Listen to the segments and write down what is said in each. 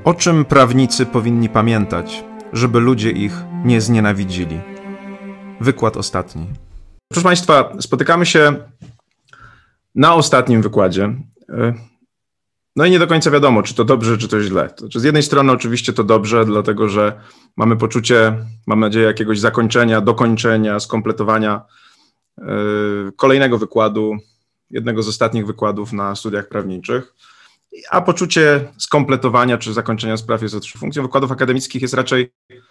O czym prawnicy powinni pamiętać, żeby ludzie ich nie znienawidzili? Wykład ostatni. Proszę Państwa, spotykamy się na ostatnim wykładzie. No i nie do końca wiadomo, czy to dobrze, czy to źle. To znaczy, z jednej strony oczywiście to dobrze, dlatego że mamy poczucie, mam nadzieję, jakiegoś zakończenia, dokończenia, skompletowania kolejnego wykładu, jednego z ostatnich wykładów na studiach prawniczych. A poczucie skompletowania czy zakończenia spraw jest funkcją wykładów akademickich jest raczej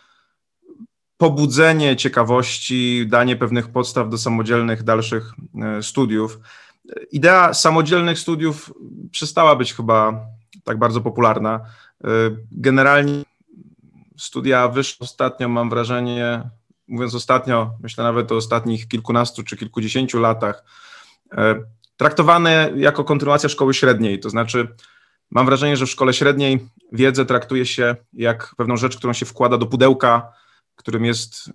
pobudzenie ciekawości, danie pewnych podstaw do samodzielnych dalszych studiów. Idea samodzielnych studiów przestała być chyba tak bardzo popularna. Generalnie studia wyższe ostatnio, mam wrażenie, mówiąc ostatnio, myślę nawet o ostatnich kilkunastu czy kilkudziesięciu latach, traktowane jako kontynuacja szkoły średniej, to znaczy mam wrażenie, że w szkole średniej wiedzę traktuje się jak pewną rzecz, którą się wkłada do pudełka, którym jest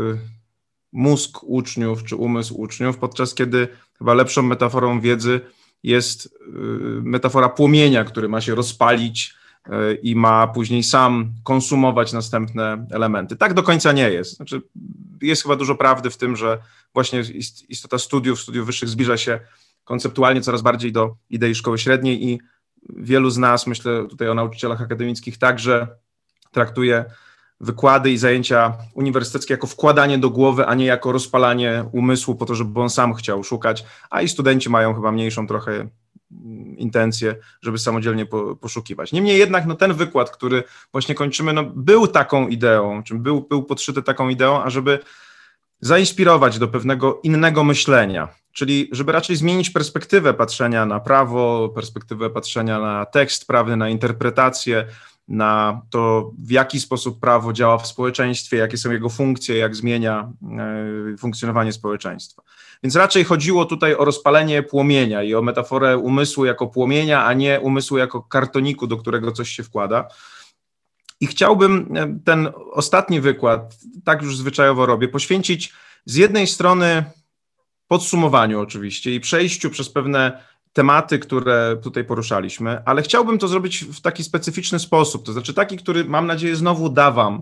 mózg uczniów czy umysł uczniów, podczas kiedy chyba lepszą metaforą wiedzy jest metafora płomienia, który ma się rozpalić i ma później sam konsumować następne elementy. Tak do końca nie jest. Znaczy, jest chyba dużo prawdy w tym, że właśnie istota studiów wyższych zbliża się konceptualnie coraz bardziej do idei szkoły średniej i wielu z nas, myślę tutaj o nauczycielach akademickich, także traktuje wykłady i zajęcia uniwersyteckie jako wkładanie do głowy, a nie jako rozpalanie umysłu po to, żeby on sam chciał szukać, a i studenci mają chyba mniejszą trochę intencję, żeby samodzielnie poszukiwać. Niemniej jednak ten wykład, który właśnie kończymy, był taką ideą, czy był podszyty taką ideą, ażeby zainspirować do pewnego innego myślenia, czyli żeby raczej zmienić perspektywę patrzenia na prawo, perspektywę patrzenia na tekst prawny, na interpretację, na to, w jaki sposób prawo działa w społeczeństwie, jakie są jego funkcje, jak zmienia funkcjonowanie społeczeństwa. Więc raczej chodziło tutaj o rozpalenie płomienia i o metaforę umysłu jako płomienia, a nie umysłu jako kartoniku, do którego coś się wkłada. I chciałbym ten ostatni wykład, tak już zwyczajowo robię, poświęcić z jednej strony podsumowaniu oczywiście i przejściu przez pewne tematy, które tutaj poruszaliśmy, ale chciałbym to zrobić w taki specyficzny sposób, to znaczy taki, który mam nadzieję znowu da wam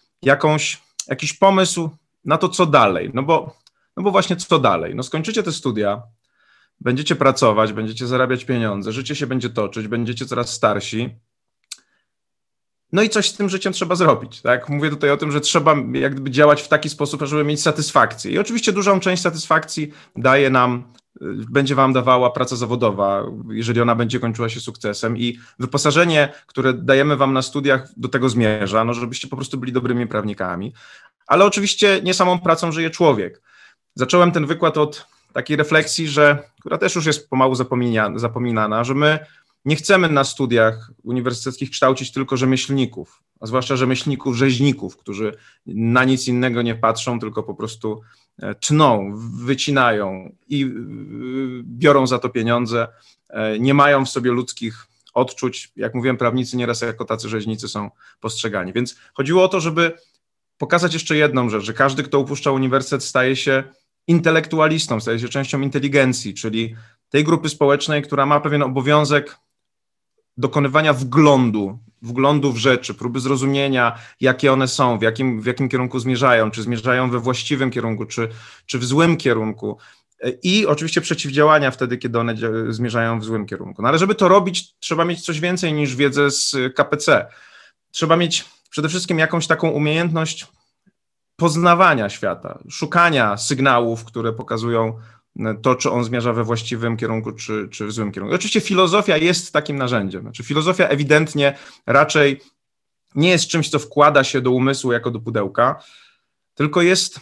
jakiś pomysł na to, co dalej, no bo właśnie co dalej, skończycie te studia, będziecie pracować, będziecie zarabiać pieniądze, życie się będzie toczyć, będziecie coraz starsi, no i coś z tym życiem trzeba zrobić, tak? Mówię tutaj o tym, że trzeba jak gdyby działać w taki sposób, żeby mieć satysfakcję. I oczywiście dużą część satysfakcji będzie wam dawała praca zawodowa, jeżeli ona będzie kończyła się sukcesem i wyposażenie, które dajemy wam na studiach, do tego zmierza, żebyście po prostu byli dobrymi prawnikami. Ale oczywiście nie samą pracą żyje człowiek. Zacząłem ten wykład od takiej refleksji, która też już jest pomału zapominana, że my nie chcemy na studiach uniwersyteckich kształcić tylko rzemieślników, a zwłaszcza rzeźników, którzy na nic innego nie patrzą, tylko po prostu tną, wycinają i biorą za to pieniądze, nie mają w sobie ludzkich odczuć. Jak mówiłem, prawnicy nieraz jako tacy rzeźnicy są postrzegani. Więc chodziło o to, żeby pokazać jeszcze jedną rzecz, że każdy, kto opuszcza uniwersytet, staje się intelektualistą, staje się częścią inteligencji, czyli tej grupy społecznej, która ma pewien obowiązek dokonywania wglądu w rzeczy, próby zrozumienia, jakie one są, w jakim kierunku zmierzają, czy zmierzają we właściwym kierunku, czy w złym kierunku i oczywiście przeciwdziałania wtedy, kiedy one zmierzają w złym kierunku. No ale żeby to robić, trzeba mieć coś więcej niż wiedzę z KPC. Trzeba mieć przede wszystkim jakąś taką umiejętność poznawania świata, szukania sygnałów, które pokazują to, czy on zmierza we właściwym kierunku, czy w złym kierunku. Oczywiście filozofia jest takim narzędziem. Znaczy filozofia ewidentnie raczej nie jest czymś, co wkłada się do umysłu jako do pudełka, tylko jest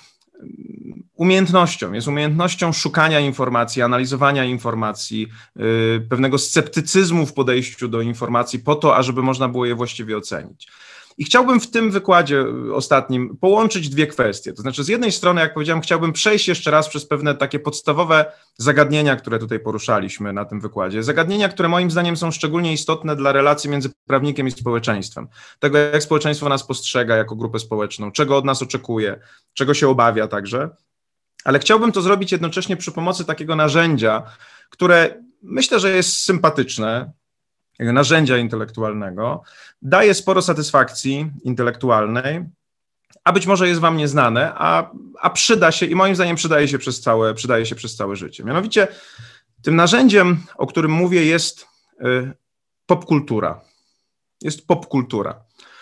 umiejętnością szukania informacji, analizowania informacji, pewnego sceptycyzmu w podejściu do informacji po to, ażeby można było je właściwie ocenić. I chciałbym w tym wykładzie ostatnim połączyć dwie kwestie. To znaczy z jednej strony, jak powiedziałem, chciałbym przejść jeszcze raz przez pewne takie podstawowe zagadnienia, które tutaj poruszaliśmy na tym wykładzie. Zagadnienia, które moim zdaniem są szczególnie istotne dla relacji między prawnikiem i społeczeństwem. Tego, jak społeczeństwo nas postrzega jako grupę społeczną, czego od nas oczekuje, czego się obawia także. Ale chciałbym to zrobić jednocześnie przy pomocy takiego narzędzia, które myślę, że jest sympatyczne, narzędzia intelektualnego, daje sporo satysfakcji intelektualnej, a być może jest wam nieznane, a przyda się i moim zdaniem przydaje się przez całe życie. Mianowicie tym narzędziem, o którym mówię, jest popkultura. Jest popkultura.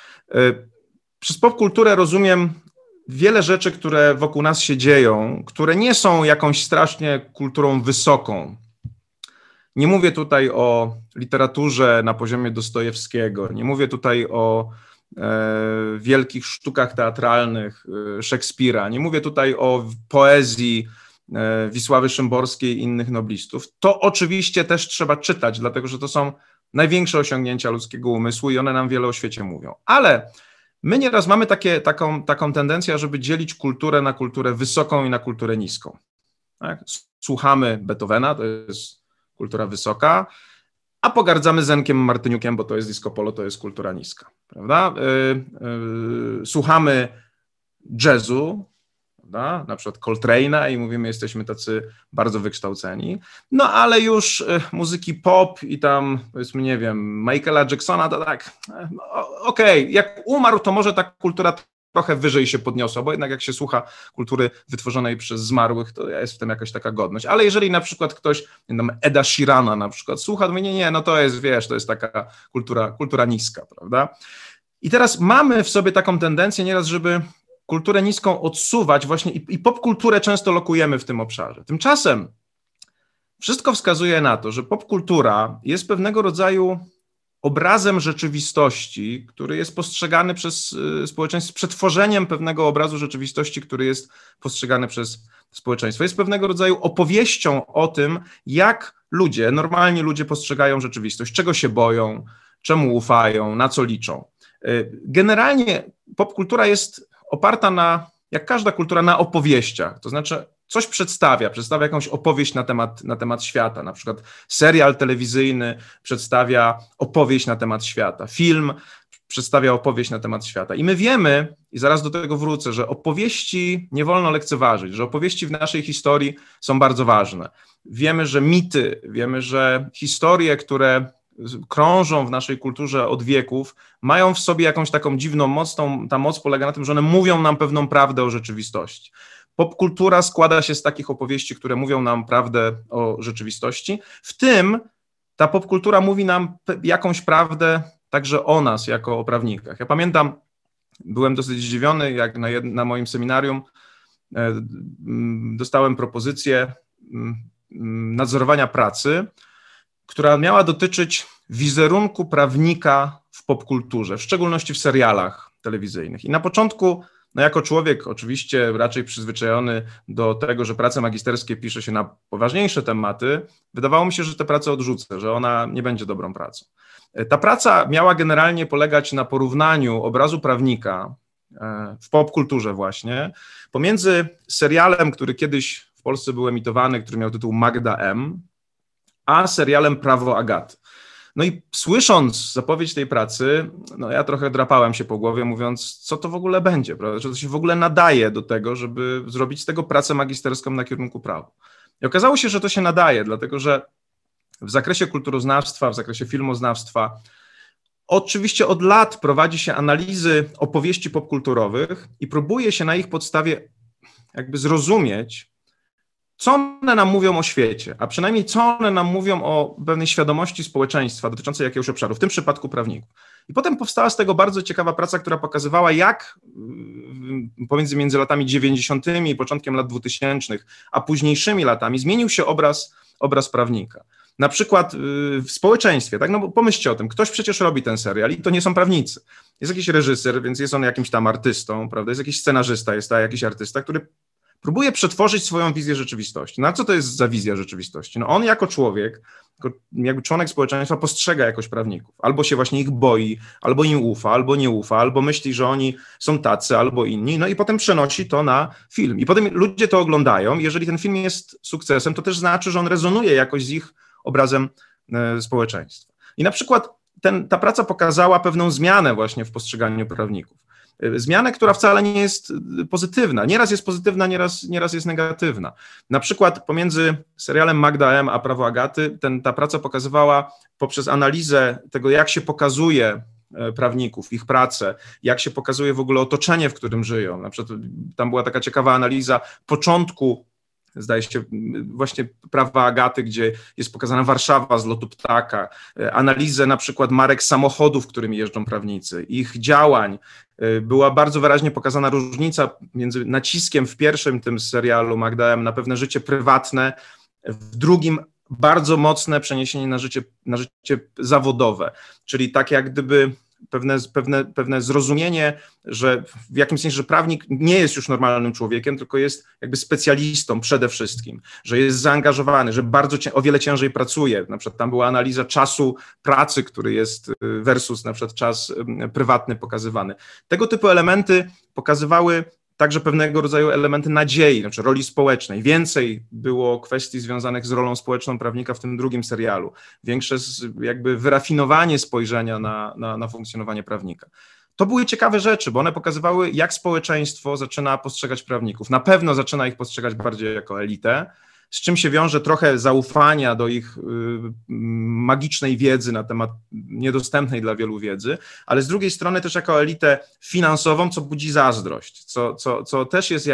Przez popkulturę rozumiem wiele rzeczy, które wokół nas się dzieją, które nie są jakąś strasznie kulturą wysoką. Nie mówię tutaj o literaturze na poziomie Dostojewskiego, nie mówię tutaj o wielkich sztukach teatralnych Szekspira, nie mówię tutaj o poezji Wisławy Szymborskiej i innych noblistów. To oczywiście też trzeba czytać, dlatego że to są największe osiągnięcia ludzkiego umysłu i one nam wiele o świecie mówią. Ale my nieraz mamy taką tendencję, żeby dzielić kulturę na kulturę wysoką i na kulturę niską. Tak? Słuchamy Beethovena, to jest kultura wysoka, a pogardzamy Zenkiem Martyniukiem, bo to jest disco polo, to jest kultura niska. Prawda? Słuchamy jazzu, prawda? Na przykład Coltrane'a i mówimy, jesteśmy tacy bardzo wykształceni, no ale już muzyki pop i tam, powiedzmy, nie wiem, Michaela Jacksona, to tak, okej, jak umarł, to może ta kultura trochę wyżej się podniosła, bo jednak jak się słucha kultury wytworzonej przez zmarłych, to jest w tym jakaś taka godność. Ale jeżeli na przykład ktoś, nie wiem, Eda Sheerana na przykład słucha, to mówi, nie, no to jest, wiesz, to jest taka kultura niska, prawda? I teraz mamy w sobie taką tendencję nieraz, żeby kulturę niską odsuwać właśnie i popkulturę często lokujemy w tym obszarze. Tymczasem wszystko wskazuje na to, że popkultura jest pewnego rodzaju obrazem rzeczywistości, który jest postrzegany przez społeczeństwo, przetworzeniem pewnego obrazu rzeczywistości, który jest postrzegany przez społeczeństwo. Jest pewnego rodzaju opowieścią o tym, jak normalni ludzie postrzegają rzeczywistość, czego się boją, czemu ufają, na co liczą. Generalnie popkultura jest oparta jak każda kultura, na opowieściach, to znaczy coś przedstawia jakąś opowieść na temat świata, na przykład serial telewizyjny przedstawia opowieść na temat świata, film przedstawia opowieść na temat świata i my wiemy, i zaraz do tego wrócę, że opowieści nie wolno lekceważyć, że opowieści w naszej historii są bardzo ważne. Wiemy, że mity, wiemy, że historie, które krążą w naszej kulturze od wieków, mają w sobie jakąś taką dziwną moc. Ta moc polega na tym, że one mówią nam pewną prawdę o rzeczywistości. Popkultura składa się z takich opowieści, które mówią nam prawdę o rzeczywistości. W tym ta popkultura mówi nam jakąś prawdę także o nas, jako o prawnikach. Ja pamiętam, byłem dosyć zdziwiony, jak na moim seminarium dostałem propozycję nadzorowania pracy, która miała dotyczyć wizerunku prawnika w popkulturze, w szczególności w serialach telewizyjnych. I na początku, jako człowiek oczywiście raczej przyzwyczajony do tego, że prace magisterskie pisze się na poważniejsze tematy, wydawało mi się, że tę pracę odrzucę, że ona nie będzie dobrą pracą. Ta praca miała generalnie polegać na porównaniu obrazu prawnika w popkulturze właśnie pomiędzy serialem, który kiedyś w Polsce był emitowany, który miał tytuł Magda M., a serialem Prawo Agaty. No i słysząc zapowiedź tej pracy, no ja trochę drapałem się po głowie, mówiąc, co to w ogóle będzie, prawda? Że to się w ogóle nadaje do tego, żeby zrobić z tego pracę magisterską na kierunku prawo. I okazało się, że to się nadaje, dlatego że w zakresie kulturoznawstwa, w zakresie filmoznawstwa oczywiście od lat prowadzi się analizy opowieści popkulturowych i próbuje się na ich podstawie jakby zrozumieć, co one nam mówią o świecie, a przynajmniej co one nam mówią o pewnej świadomości społeczeństwa dotyczącej jakiegoś obszaru, w tym przypadku prawników. I potem powstała z tego bardzo ciekawa praca, która pokazywała, jak między latami 90. i początkiem lat 2000, a późniejszymi latami zmienił się obraz prawnika. Na przykład w społeczeństwie, tak? No bo pomyślcie o tym, ktoś przecież robi ten serial i to nie są prawnicy. Jest jakiś reżyser, więc jest on jakimś tam artystą, prawda? Jest jakiś scenarzysta, jest jakiś artysta, który próbuje przetworzyć swoją wizję rzeczywistości. No a co to jest za wizja rzeczywistości? No on jako człowiek, jakby członek społeczeństwa postrzega jakoś prawników. Albo się właśnie ich boi, albo im ufa, albo nie ufa, albo myśli, że oni są tacy, albo inni. No i potem przenosi to na film. I potem ludzie to oglądają. Jeżeli ten film jest sukcesem, to też znaczy, że on rezonuje jakoś z ich obrazem społeczeństwa. I na przykład ta praca pokazała pewną zmianę właśnie w postrzeganiu prawników. Zmianę, która wcale nie jest pozytywna. Nieraz jest pozytywna, nieraz jest negatywna. Na przykład pomiędzy serialem Magda M. a Prawo Agaty ta praca pokazywała poprzez analizę tego, jak się pokazuje prawników, ich pracę, jak się pokazuje w ogóle otoczenie, w którym żyją. Na przykład tam była taka ciekawa analiza początku, zdaje się, właśnie Prawa Agaty, gdzie jest pokazana Warszawa z lotu ptaka, analizę na przykład marek samochodów, którymi jeżdżą prawnicy, ich działań. Była bardzo wyraźnie pokazana różnica między naciskiem w pierwszym tym serialu Magda M. na pewne życie prywatne, w drugim bardzo mocne przeniesienie na życie zawodowe, czyli tak jak gdyby pewne zrozumienie, że w jakimś sensie, że prawnik nie jest już normalnym człowiekiem, tylko jest jakby specjalistą przede wszystkim, że jest zaangażowany, że o wiele ciężej pracuje. Na przykład tam była analiza czasu pracy, który jest versus na przykład czas prywatny pokazywany. Tego typu elementy pokazywały także pewnego rodzaju elementy nadziei, znaczy roli społecznej. Więcej było kwestii związanych z rolą społeczną prawnika w tym drugim serialu. Większe jakby wyrafinowanie spojrzenia na funkcjonowanie prawnika. To były ciekawe rzeczy, bo one pokazywały, jak społeczeństwo zaczyna postrzegać prawników. Na pewno zaczyna ich postrzegać bardziej jako elitę, z czym się wiąże trochę zaufania do ich magicznej wiedzy na temat niedostępnej dla wielu wiedzy, ale z drugiej strony też jako elitę finansową, co budzi zazdrość, co też jest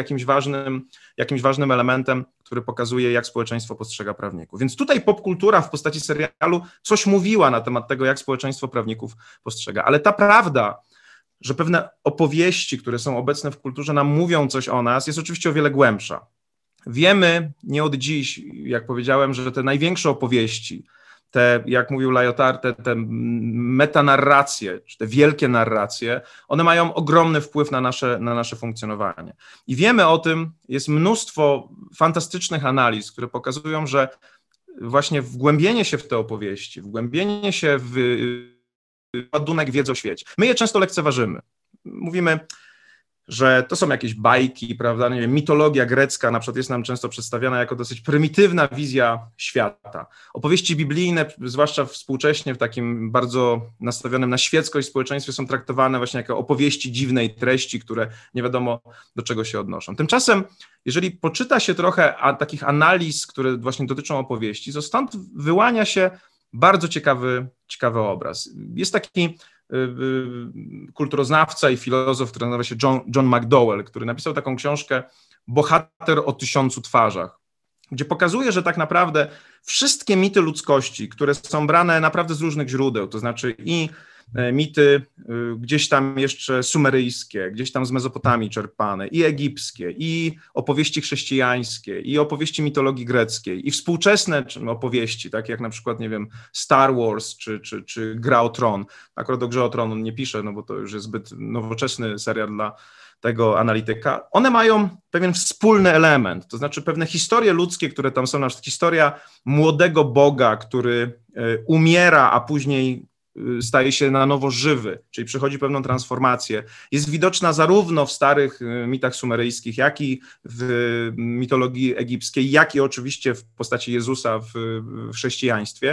jakimś ważnym elementem, który pokazuje, jak społeczeństwo postrzega prawników. Więc tutaj popkultura w postaci serialu coś mówiła na temat tego, jak społeczeństwo prawników postrzega, ale ta prawda, że pewne opowieści, które są obecne w kulturze, nam mówią coś o nas, jest oczywiście o wiele głębsza. Wiemy nie od dziś, jak powiedziałem, że te największe opowieści, te, jak mówił Lyotard, te metanarracje, czy te wielkie narracje, one mają ogromny wpływ na nasze funkcjonowanie. I wiemy o tym, jest mnóstwo fantastycznych analiz, które pokazują, że właśnie wgłębienie się w te opowieści, wgłębienie się w ładunek wiedzy o świecie. My je często lekceważymy. Mówimy, że to są jakieś bajki, prawda, nie wiem, mitologia grecka na przykład jest nam często przedstawiana jako dosyć prymitywna wizja świata. Opowieści biblijne, zwłaszcza współcześnie w takim bardzo nastawionym na świeckość społeczeństwie, są traktowane właśnie jako opowieści dziwnej treści, które nie wiadomo do czego się odnoszą. Tymczasem, jeżeli poczyta się trochę takich analiz, które właśnie dotyczą opowieści, to stąd wyłania się bardzo ciekawy obraz. Jest taki kulturoznawca i filozof, który nazywa się John McDowell, który napisał taką książkę Bohater o 1000 twarzach, gdzie pokazuje, że tak naprawdę wszystkie mity ludzkości, które są brane naprawdę z różnych źródeł, to znaczy i mity gdzieś tam jeszcze sumeryjskie, gdzieś tam z Mezopotamii czerpane, i egipskie, i opowieści chrześcijańskie, i opowieści mitologii greckiej, i współczesne opowieści, takie jak na przykład, nie wiem, Star Wars, czy Gra o Tron. Akurat o Grze o Tron on nie pisze, no bo to już jest zbyt nowoczesny serial dla tego analityka. One mają pewien wspólny element, to znaczy pewne historie ludzkie, które tam są, na przykład historia młodego Boga, który umiera, a później staje się na nowo żywy, czyli przechodzi pewną transformację. Jest widoczna zarówno w starych mitach sumeryjskich, jak i w mitologii egipskiej, jak i oczywiście w postaci Jezusa w chrześcijaństwie.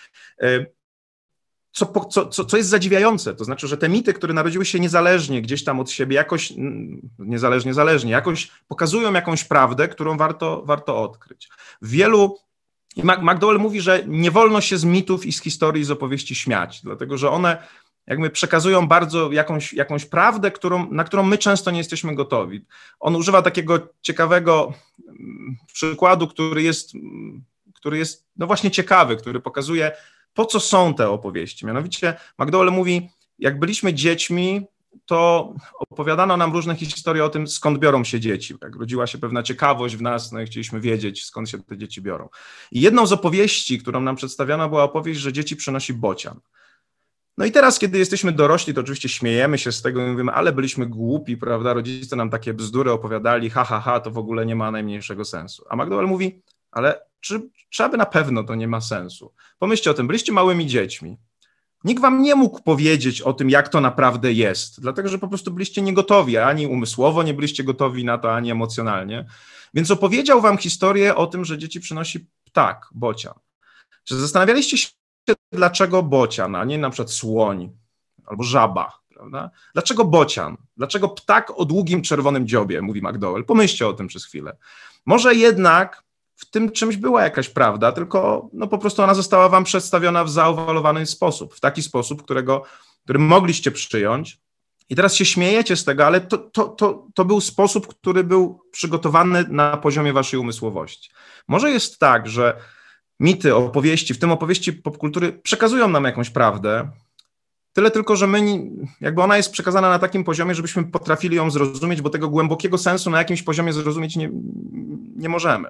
Co jest zadziwiające, to znaczy, że te mity, które narodziły się niezależnie gdzieś tam od siebie, jakoś zależnie, jakoś pokazują jakąś prawdę, którą warto odkryć. I McDowell mówi, że nie wolno się z mitów i z historii, z opowieści śmiać, dlatego że one jakby przekazują bardzo jakąś prawdę, na którą my często nie jesteśmy gotowi. On używa takiego ciekawego przykładu, który jest no właśnie ciekawy, który pokazuje, po co są te opowieści. Mianowicie McDowell mówi, jak byliśmy dziećmi, to opowiadano nam różne historie o tym, skąd biorą się dzieci. Jak rodziła się pewna ciekawość w nas, no i chcieliśmy wiedzieć, skąd się te dzieci biorą. I jedną z opowieści, którą nam przedstawiano, była opowieść, że dzieci przynosi bocian. No i teraz, kiedy jesteśmy dorośli, to oczywiście śmiejemy się z tego i mówimy, ale byliśmy głupi, prawda, rodzice nam takie bzdury opowiadali, to w ogóle nie ma najmniejszego sensu. A McDowell mówi, ale czy aby na pewno to nie ma sensu? Pomyślcie o tym, byliście małymi dziećmi. Nikt wam nie mógł powiedzieć o tym, jak to naprawdę jest, dlatego że po prostu byliście niegotowi, ani umysłowo nie byliście gotowi na to, ani emocjonalnie. Więc opowiedział wam historię o tym, że dzieci przynosi ptak, bocian. Czy zastanawialiście się, dlaczego bocian, a nie na przykład słoń albo żaba? prawda? Dlaczego bocian? Dlaczego ptak o długim czerwonym dziobie, mówi McDowell? Pomyślcie o tym przez chwilę. Może jednak w tym czymś była jakaś prawda, tylko no po prostu ona została wam przedstawiona w zaowalowany sposób, w taki sposób, który mogliście przyjąć. I teraz się śmiejecie z tego, ale to był sposób, który był przygotowany na poziomie waszej umysłowości. Może jest tak, że mity, opowieści, w tym opowieści popkultury przekazują nam jakąś prawdę, tyle tylko, że jakby ona jest przekazana na takim poziomie, żebyśmy potrafili ją zrozumieć, bo tego głębokiego sensu na jakimś poziomie zrozumieć nie możemy.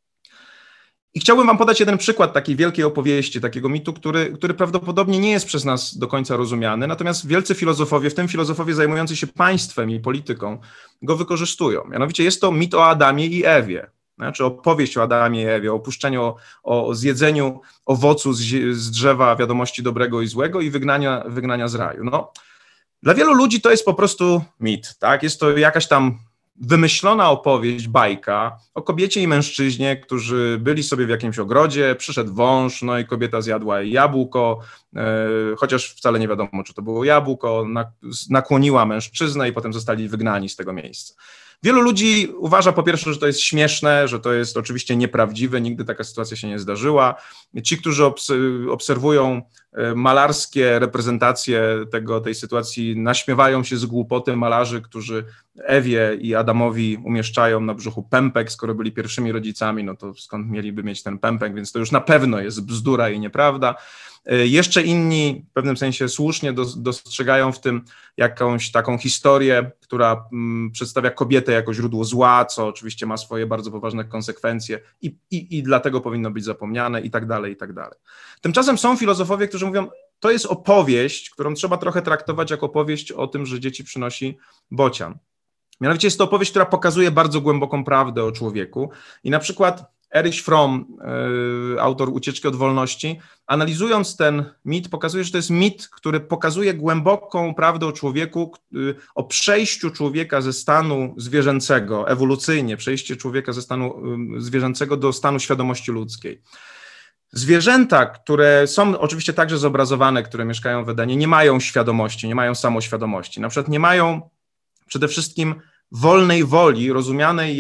I chciałbym wam podać jeden przykład takiej wielkiej opowieści, takiego mitu, który prawdopodobnie nie jest przez nas do końca rozumiany, natomiast wielcy filozofowie, w tym filozofowie zajmujący się państwem i polityką, go wykorzystują. Mianowicie jest to mit o Adamie i Ewie, znaczy opowieść o Adamie i Ewie, o opuszczeniu, o zjedzeniu owocu z drzewa wiadomości dobrego i złego i wygnania z raju. No, dla wielu ludzi to jest po prostu mit, tak? Jest to jakaś tam wymyślona opowieść, bajka o kobiecie i mężczyźnie, którzy byli sobie w jakimś ogrodzie, przyszedł wąż, no i kobieta zjadła jabłko, chociaż wcale nie wiadomo, czy to było jabłko, nakłoniła mężczyznę i potem zostali wygnani z tego miejsca. Wielu ludzi uważa po pierwsze, że to jest śmieszne, że to jest oczywiście nieprawdziwe, nigdy taka sytuacja się nie zdarzyła. Ci, którzy obserwują malarskie reprezentacje tej sytuacji, naśmiewają się z głupoty malarzy, którzy Ewie i Adamowi umieszczają na brzuchu pępek, skoro byli pierwszymi rodzicami, no to skąd mieliby mieć ten pępek, więc to już na pewno jest bzdura i nieprawda. Jeszcze inni w pewnym sensie słusznie dostrzegają w tym jakąś taką historię, która przedstawia kobietę jako źródło zła, co oczywiście ma swoje bardzo poważne konsekwencje i dlatego powinno być zapomniane i tak dalej, i tak dalej. Tymczasem są filozofowie, którzy mówią, to jest opowieść, którą trzeba trochę traktować jako opowieść o tym, że dzieci przynosi bocian. Mianowicie jest to opowieść, która pokazuje bardzo głęboką prawdę o człowieku i na przykład Erich Fromm, autor Ucieczki od wolności, analizując ten mit, pokazuje, że to jest mit, który pokazuje głęboką prawdę o człowieku, o przejściu człowieka ze stanu zwierzęcego, ewolucyjnie, przejście człowieka ze stanu zwierzęcego do stanu świadomości ludzkiej. Zwierzęta, które są oczywiście także zobrazowane, które mieszkają w Edenie, nie mają świadomości, nie mają samoświadomości. Na przykład nie mają przede wszystkim wolnej woli, rozumianej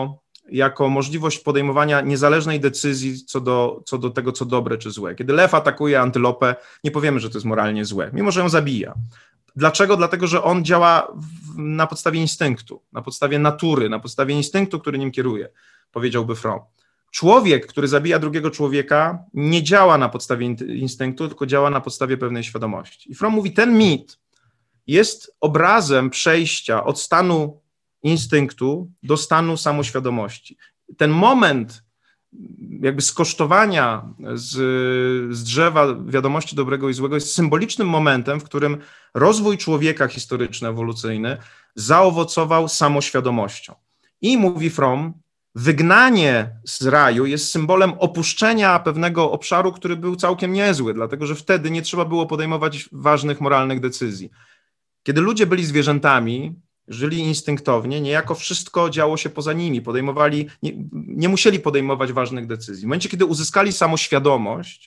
jako możliwość podejmowania niezależnej decyzji co do tego, co dobre czy złe. Kiedy lew atakuje antylopę, nie powiemy, że to jest moralnie złe, mimo że ją zabija. Dlaczego? Dlatego, że on działa na podstawie instynktu, na podstawie natury, na podstawie instynktu, który nim kieruje, powiedziałby Fromm. Człowiek, który zabija drugiego człowieka, nie działa na podstawie instynktu, tylko działa na podstawie pewnej świadomości. I Fromm mówi, ten mit jest obrazem przejścia od stanu instynktu do stanu samoświadomości. Ten moment jakby skosztowania z drzewa wiadomości dobrego i złego jest symbolicznym momentem, w którym rozwój człowieka historyczny, ewolucyjny zaowocował samoświadomością. I mówi Fromm, wygnanie z raju jest symbolem opuszczenia pewnego obszaru, który był całkiem niezły, dlatego że wtedy nie trzeba było podejmować ważnych moralnych decyzji. Kiedy ludzie byli zwierzętami, żyli instynktownie, niejako wszystko działo się poza nimi, nie musieli podejmować ważnych decyzji. W momencie, kiedy uzyskali samoświadomość,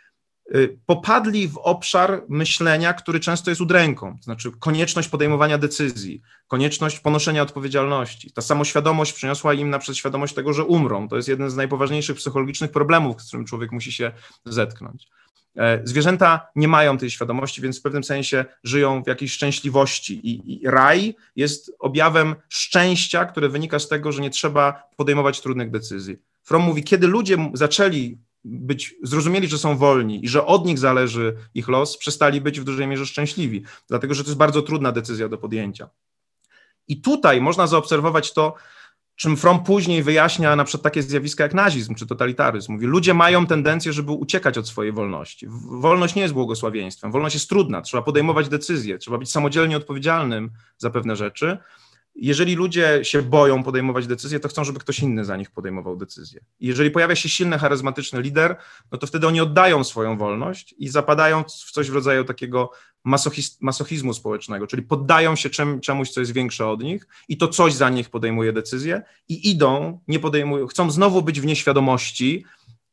popadli w obszar myślenia, który często jest udręką, to znaczy konieczność podejmowania decyzji, konieczność ponoszenia odpowiedzialności. Ta samoświadomość przyniosła im na przykład świadomość tego, że umrą. To jest jeden z najpoważniejszych psychologicznych problemów, z którym człowiek musi się zetknąć. Zwierzęta nie mają tej świadomości, więc w pewnym sensie żyją w jakiejś szczęśliwości i raj jest objawem szczęścia, które wynika z tego, że nie trzeba podejmować trudnych decyzji. Fromm mówi, kiedy ludzie zrozumieli, że są wolni i że od nich zależy ich los, przestali być w dużej mierze szczęśliwi, dlatego że to jest bardzo trudna decyzja do podjęcia. I tutaj można zaobserwować to, czym Fromm później wyjaśnia na przykład takie zjawiska jak nazizm czy totalitaryzm. Mówi, ludzie mają tendencję, żeby uciekać od swojej wolności. Wolność nie jest błogosławieństwem, wolność jest trudna, trzeba podejmować decyzje, trzeba być samodzielnie odpowiedzialnym za pewne rzeczy. Jeżeli ludzie się boją podejmować decyzje, to chcą, żeby ktoś inny za nich podejmował decyzje. I jeżeli pojawia się silny, charyzmatyczny lider, no to wtedy oni oddają swoją wolność i zapadają w coś w rodzaju takiego masochizmu społecznego, czyli poddają się czemuś, co jest większe od nich i to coś za nich podejmuje decyzję i chcą znowu być w nieświadomości,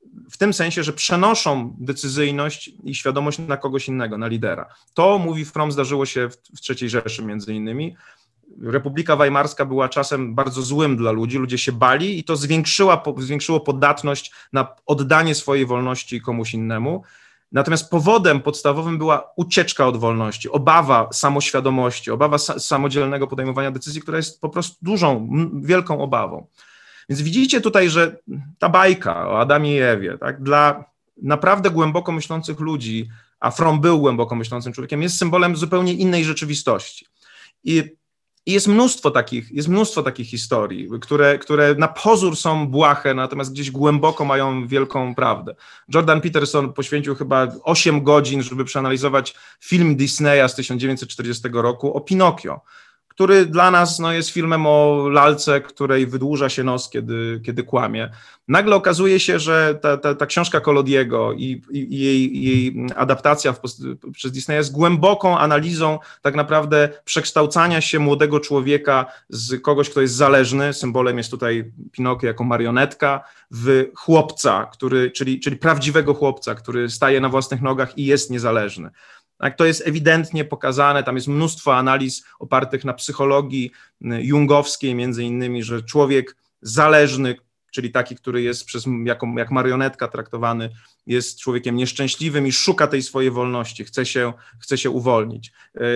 w tym sensie, że przenoszą decyzyjność i świadomość na kogoś innego, na lidera. To, mówi Fromm, zdarzyło się w III Rzeszy między innymi. Republika Weimarska była czasem bardzo złym dla ludzi, ludzie się bali i to zwiększyło podatność na oddanie swojej wolności komuś innemu. Natomiast powodem podstawowym była ucieczka od wolności, obawa samoświadomości, obawa samodzielnego podejmowania decyzji, która jest po prostu dużą, wielką obawą. Więc widzicie tutaj, że ta bajka o Adamie i Ewie, tak, dla naprawdę głęboko myślących ludzi, a Fromm był głęboko myślącym człowiekiem, jest symbolem zupełnie innej rzeczywistości. I jest mnóstwo takich historii, które na pozór są błahe, natomiast gdzieś głęboko mają wielką prawdę. Jordan Peterson poświęcił chyba 8 godzin, żeby przeanalizować film Disneya z 1940 roku o Pinokio, który dla nas jest filmem o lalce, której wydłuża się nos, kiedy kłamie. Nagle okazuje się, że ta książka Collodiego i jej adaptacja przez Disneya jest głęboką analizą tak naprawdę przekształcania się młodego człowieka z kogoś, kto jest zależny, symbolem jest tutaj Pinokio jako marionetka, w chłopca, czyli prawdziwego chłopca, który staje na własnych nogach i jest niezależny. Tak, to jest ewidentnie pokazane, tam jest mnóstwo analiz opartych na psychologii jungowskiej między innymi, że człowiek zależny, czyli taki, który jest jak marionetka traktowany, jest człowiekiem nieszczęśliwym i szuka tej swojej wolności, chce się uwolnić.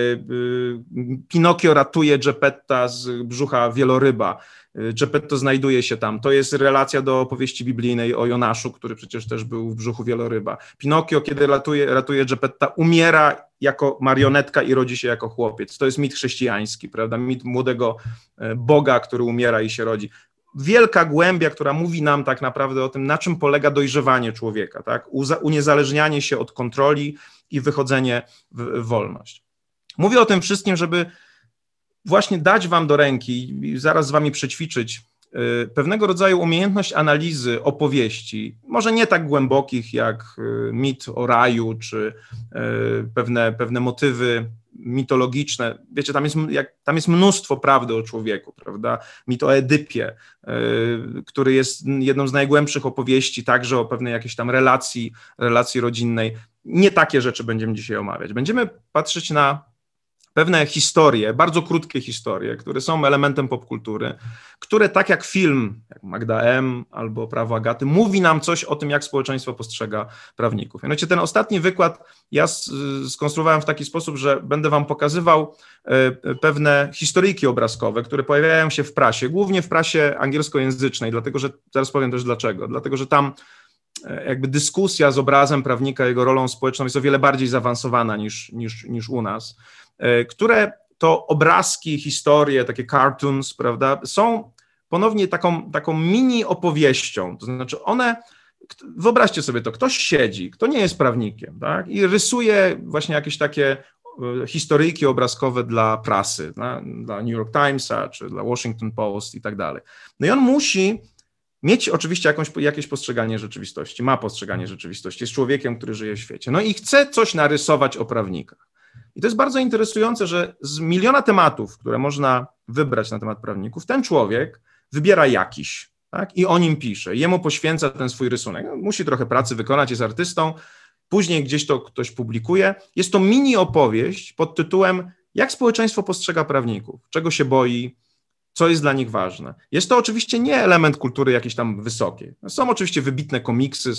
Pinokio ratuje Geppetta z brzucha wieloryba. Geppetto znajduje się tam. To jest relacja do opowieści biblijnej o Jonaszu, który przecież też był w brzuchu wieloryba. Pinokio, kiedy ratuje Geppetta, umiera jako marionetka i rodzi się jako chłopiec. To jest mit chrześcijański, prawda? Mit młodego Boga, który umiera i się rodzi. Wielka głębia, która mówi nam tak naprawdę o tym, na czym polega dojrzewanie człowieka, tak? Uniezależnianie się od kontroli i wychodzenie w wolność. Mówię o tym wszystkim, żeby właśnie dać wam do ręki i zaraz z wami przećwiczyć pewnego rodzaju umiejętność analizy opowieści, może nie tak głębokich jak mit o raju, czy pewne motywy mitologiczne. Wiecie, tam jest mnóstwo prawdy o człowieku, prawda? Mit o Edypie, który jest jedną z najgłębszych opowieści, także o pewnej jakiejś tam relacji rodzinnej. Nie takie rzeczy będziemy dzisiaj omawiać. Będziemy patrzeć na pewne historie, bardzo krótkie historie, które są elementem popkultury, które tak jak film, jak Magda M. albo Prawo Agaty, mówi nam coś o tym, jak społeczeństwo postrzega prawników. Mianowicie ten ostatni wykład ja skonstruowałem w taki sposób, że będę wam pokazywał pewne historyjki obrazkowe, które pojawiają się w prasie, głównie w prasie angielskojęzycznej, dlatego że, zaraz powiem też dlaczego, dlatego że tam jakby dyskusja z obrazem prawnika, jego rolą społeczną jest o wiele bardziej zaawansowana niż u nas, które to obrazki, historie, takie cartoons, prawda, są ponownie taką mini opowieścią, to znaczy wyobraźcie sobie to, ktoś siedzi, kto nie jest prawnikiem, tak, i rysuje właśnie jakieś takie historyjki obrazkowe dla prasy, dla New York Timesa, czy dla Washington Post i tak dalej. No i on musi mieć oczywiście jakieś postrzeganie rzeczywistości, ma postrzeganie rzeczywistości, jest człowiekiem, który żyje w świecie, no i chce coś narysować o prawnikach. I to jest bardzo interesujące, że z miliona tematów, które można wybrać na temat prawników, ten człowiek wybiera jakiś, tak, i o nim pisze, jemu poświęca ten swój rysunek. Musi trochę pracy wykonać, jest artystą, później gdzieś to ktoś publikuje. Jest to mini opowieść pod tytułem Jak społeczeństwo postrzega prawników, czego się boi, co jest dla nich ważne. Jest to oczywiście nie element kultury jakiejś tam wysokiej. Są oczywiście wybitne komiksy,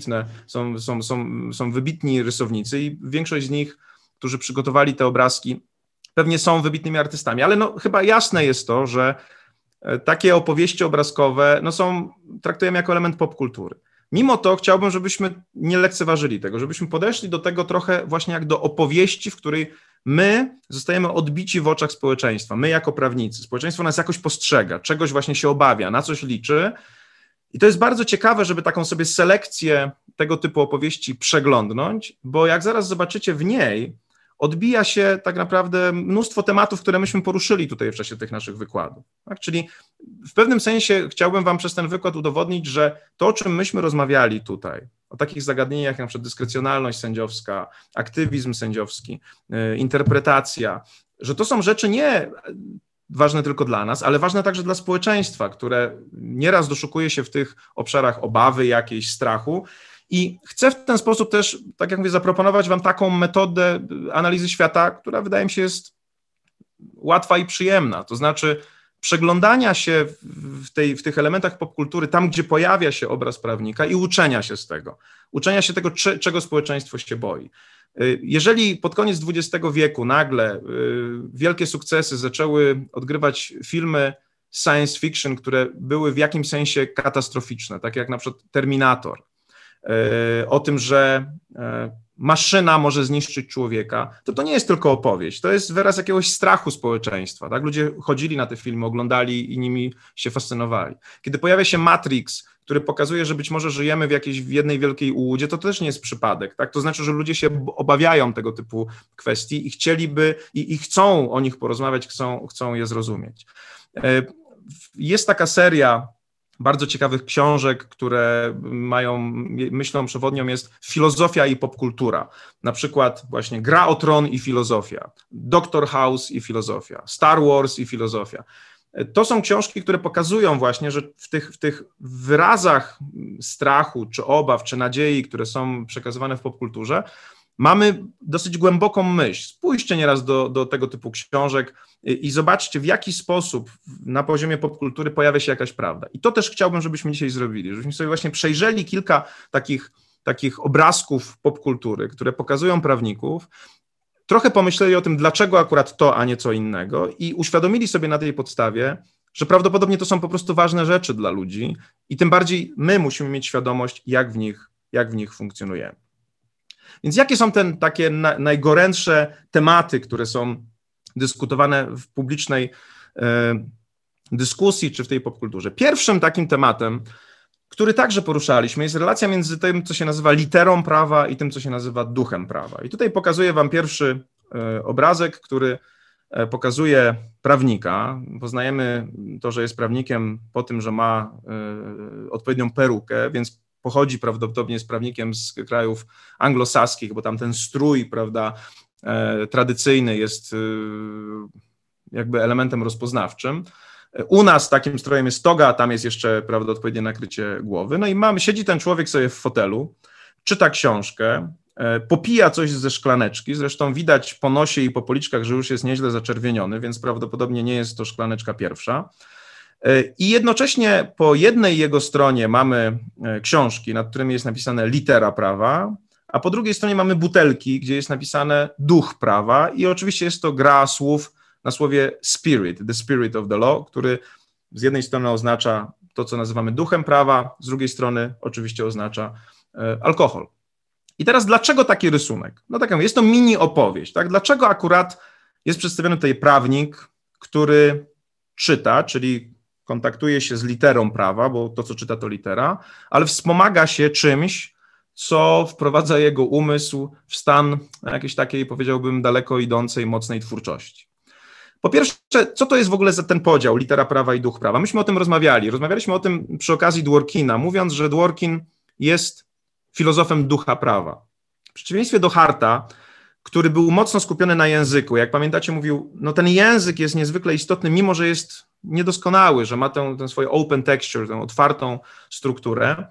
są wybitni rysownicy i większość z nich, którzy przygotowali te obrazki, pewnie są wybitnymi artystami, ale chyba jasne jest to, że takie opowieści obrazkowe traktujemy jako element popkultury. Mimo to chciałbym, żebyśmy nie lekceważyli tego, żebyśmy podeszli do tego trochę właśnie jak do opowieści, w której my zostajemy odbici w oczach społeczeństwa, my jako prawnicy. Społeczeństwo nas jakoś postrzega, czegoś właśnie się obawia, na coś liczy. I to jest bardzo ciekawe, żeby taką sobie selekcję tego typu opowieści przeglądnąć, bo jak zaraz zobaczycie w niej, odbija się tak naprawdę mnóstwo tematów, które myśmy poruszyli tutaj w czasie tych naszych wykładów. Tak? Czyli w pewnym sensie chciałbym wam przez ten wykład udowodnić, że to, o czym myśmy rozmawiali tutaj, o takich zagadnieniach jak na przykład dyskrecjonalność sędziowska, aktywizm sędziowski, interpretacja, że to są rzeczy nie ważne tylko dla nas, ale ważne także dla społeczeństwa, które nieraz doszukuje się w tych obszarach obawy, jakiejś strachu. I chcę w ten sposób też, tak jak mówię, zaproponować wam taką metodę analizy świata, która wydaje mi się jest łatwa i przyjemna. To znaczy przeglądania się w tych elementach popkultury, tam gdzie pojawia się obraz prawnika i uczenia się z tego. Uczenia się tego, czego społeczeństwo się boi. Jeżeli pod koniec XX wieku nagle wielkie sukcesy zaczęły odgrywać filmy science fiction, które były w jakimś sensie katastroficzne, tak jak na przykład Terminator, o tym, że maszyna może zniszczyć człowieka, to nie jest tylko opowieść, to jest wyraz jakiegoś strachu społeczeństwa. Tak? Ludzie chodzili na te filmy, oglądali i nimi się fascynowali. Kiedy pojawia się Matrix, który pokazuje, że być może żyjemy w jednej wielkiej ułudzie, to też nie jest przypadek. Tak? To znaczy, że ludzie się obawiają tego typu kwestii i chcieliby i chcą o nich porozmawiać, chcą je zrozumieć. Jest taka seria bardzo ciekawych książek, które mają, myślą przewodnią jest filozofia i popkultura. Na przykład właśnie Gra o Tron i filozofia, Doctor House i filozofia, Star Wars i filozofia. To są książki, które pokazują właśnie, że w tych wyrazach strachu, czy obaw, czy nadziei, które są przekazywane w popkulturze, mamy dosyć głęboką myśl. Spójrzcie nieraz do tego typu książek i zobaczcie, w jaki sposób na poziomie popkultury pojawia się jakaś prawda. I to też chciałbym, żebyśmy dzisiaj zrobili, żebyśmy sobie właśnie przejrzeli kilka takich obrazków popkultury, które pokazują prawników, trochę pomyśleli o tym, dlaczego akurat to, a nie co innego i uświadomili sobie na tej podstawie, że prawdopodobnie to są po prostu ważne rzeczy dla ludzi i tym bardziej my musimy mieć świadomość, jak w nich funkcjonujemy. Więc jakie są takie najgorętsze tematy, które są dyskutowane w publicznej dyskusji czy w tej popkulturze? Pierwszym takim tematem, który także poruszaliśmy, jest relacja między tym, co się nazywa literą prawa i tym, co się nazywa duchem prawa. I tutaj pokazuję wam pierwszy obrazek, który pokazuje prawnika. Poznajemy to, że jest prawnikiem po tym, że ma odpowiednią perukę, więc pochodzi prawdopodobnie z prawnikiem z krajów anglosaskich, bo tam ten strój, prawda, tradycyjny jest jakby elementem rozpoznawczym. U nas takim strojem jest toga, a tam jest jeszcze, prawda, odpowiednie nakrycie głowy. No i siedzi ten człowiek sobie w fotelu, czyta książkę, popija coś ze szklaneczki, zresztą widać po nosie i po policzkach, że już jest nieźle zaczerwieniony, więc prawdopodobnie nie jest to szklaneczka pierwsza. I jednocześnie po jednej jego stronie mamy książki, nad którymi jest napisane litera prawa, a po drugiej stronie mamy butelki, gdzie jest napisane duch prawa i oczywiście jest to gra słów na słowie spirit, the spirit of the law, który z jednej strony oznacza to, co nazywamy duchem prawa, z drugiej strony oczywiście oznacza alkohol. I teraz dlaczego taki rysunek? No tak jak mówię, jest to mini opowieść, tak? Dlaczego akurat jest przedstawiony tutaj prawnik, który czyta, czyli kontaktuje się z literą prawa, bo to, co czyta, to litera, ale wspomaga się czymś, co wprowadza jego umysł w stan jakiejś takiej, powiedziałbym, daleko idącej, mocnej twórczości. Po pierwsze, co to jest w ogóle za ten podział, litera prawa i duch prawa? Myśmy o tym rozmawiali. Rozmawialiśmy o tym przy okazji Dworkina, mówiąc, że Dworkin jest filozofem ducha prawa. W przeciwieństwie do Harta, który był mocno skupiony na języku. Jak pamiętacie, mówił, no ten język jest niezwykle istotny, mimo że jest niedoskonały, że ma tę swoją open texture, tę otwartą strukturę.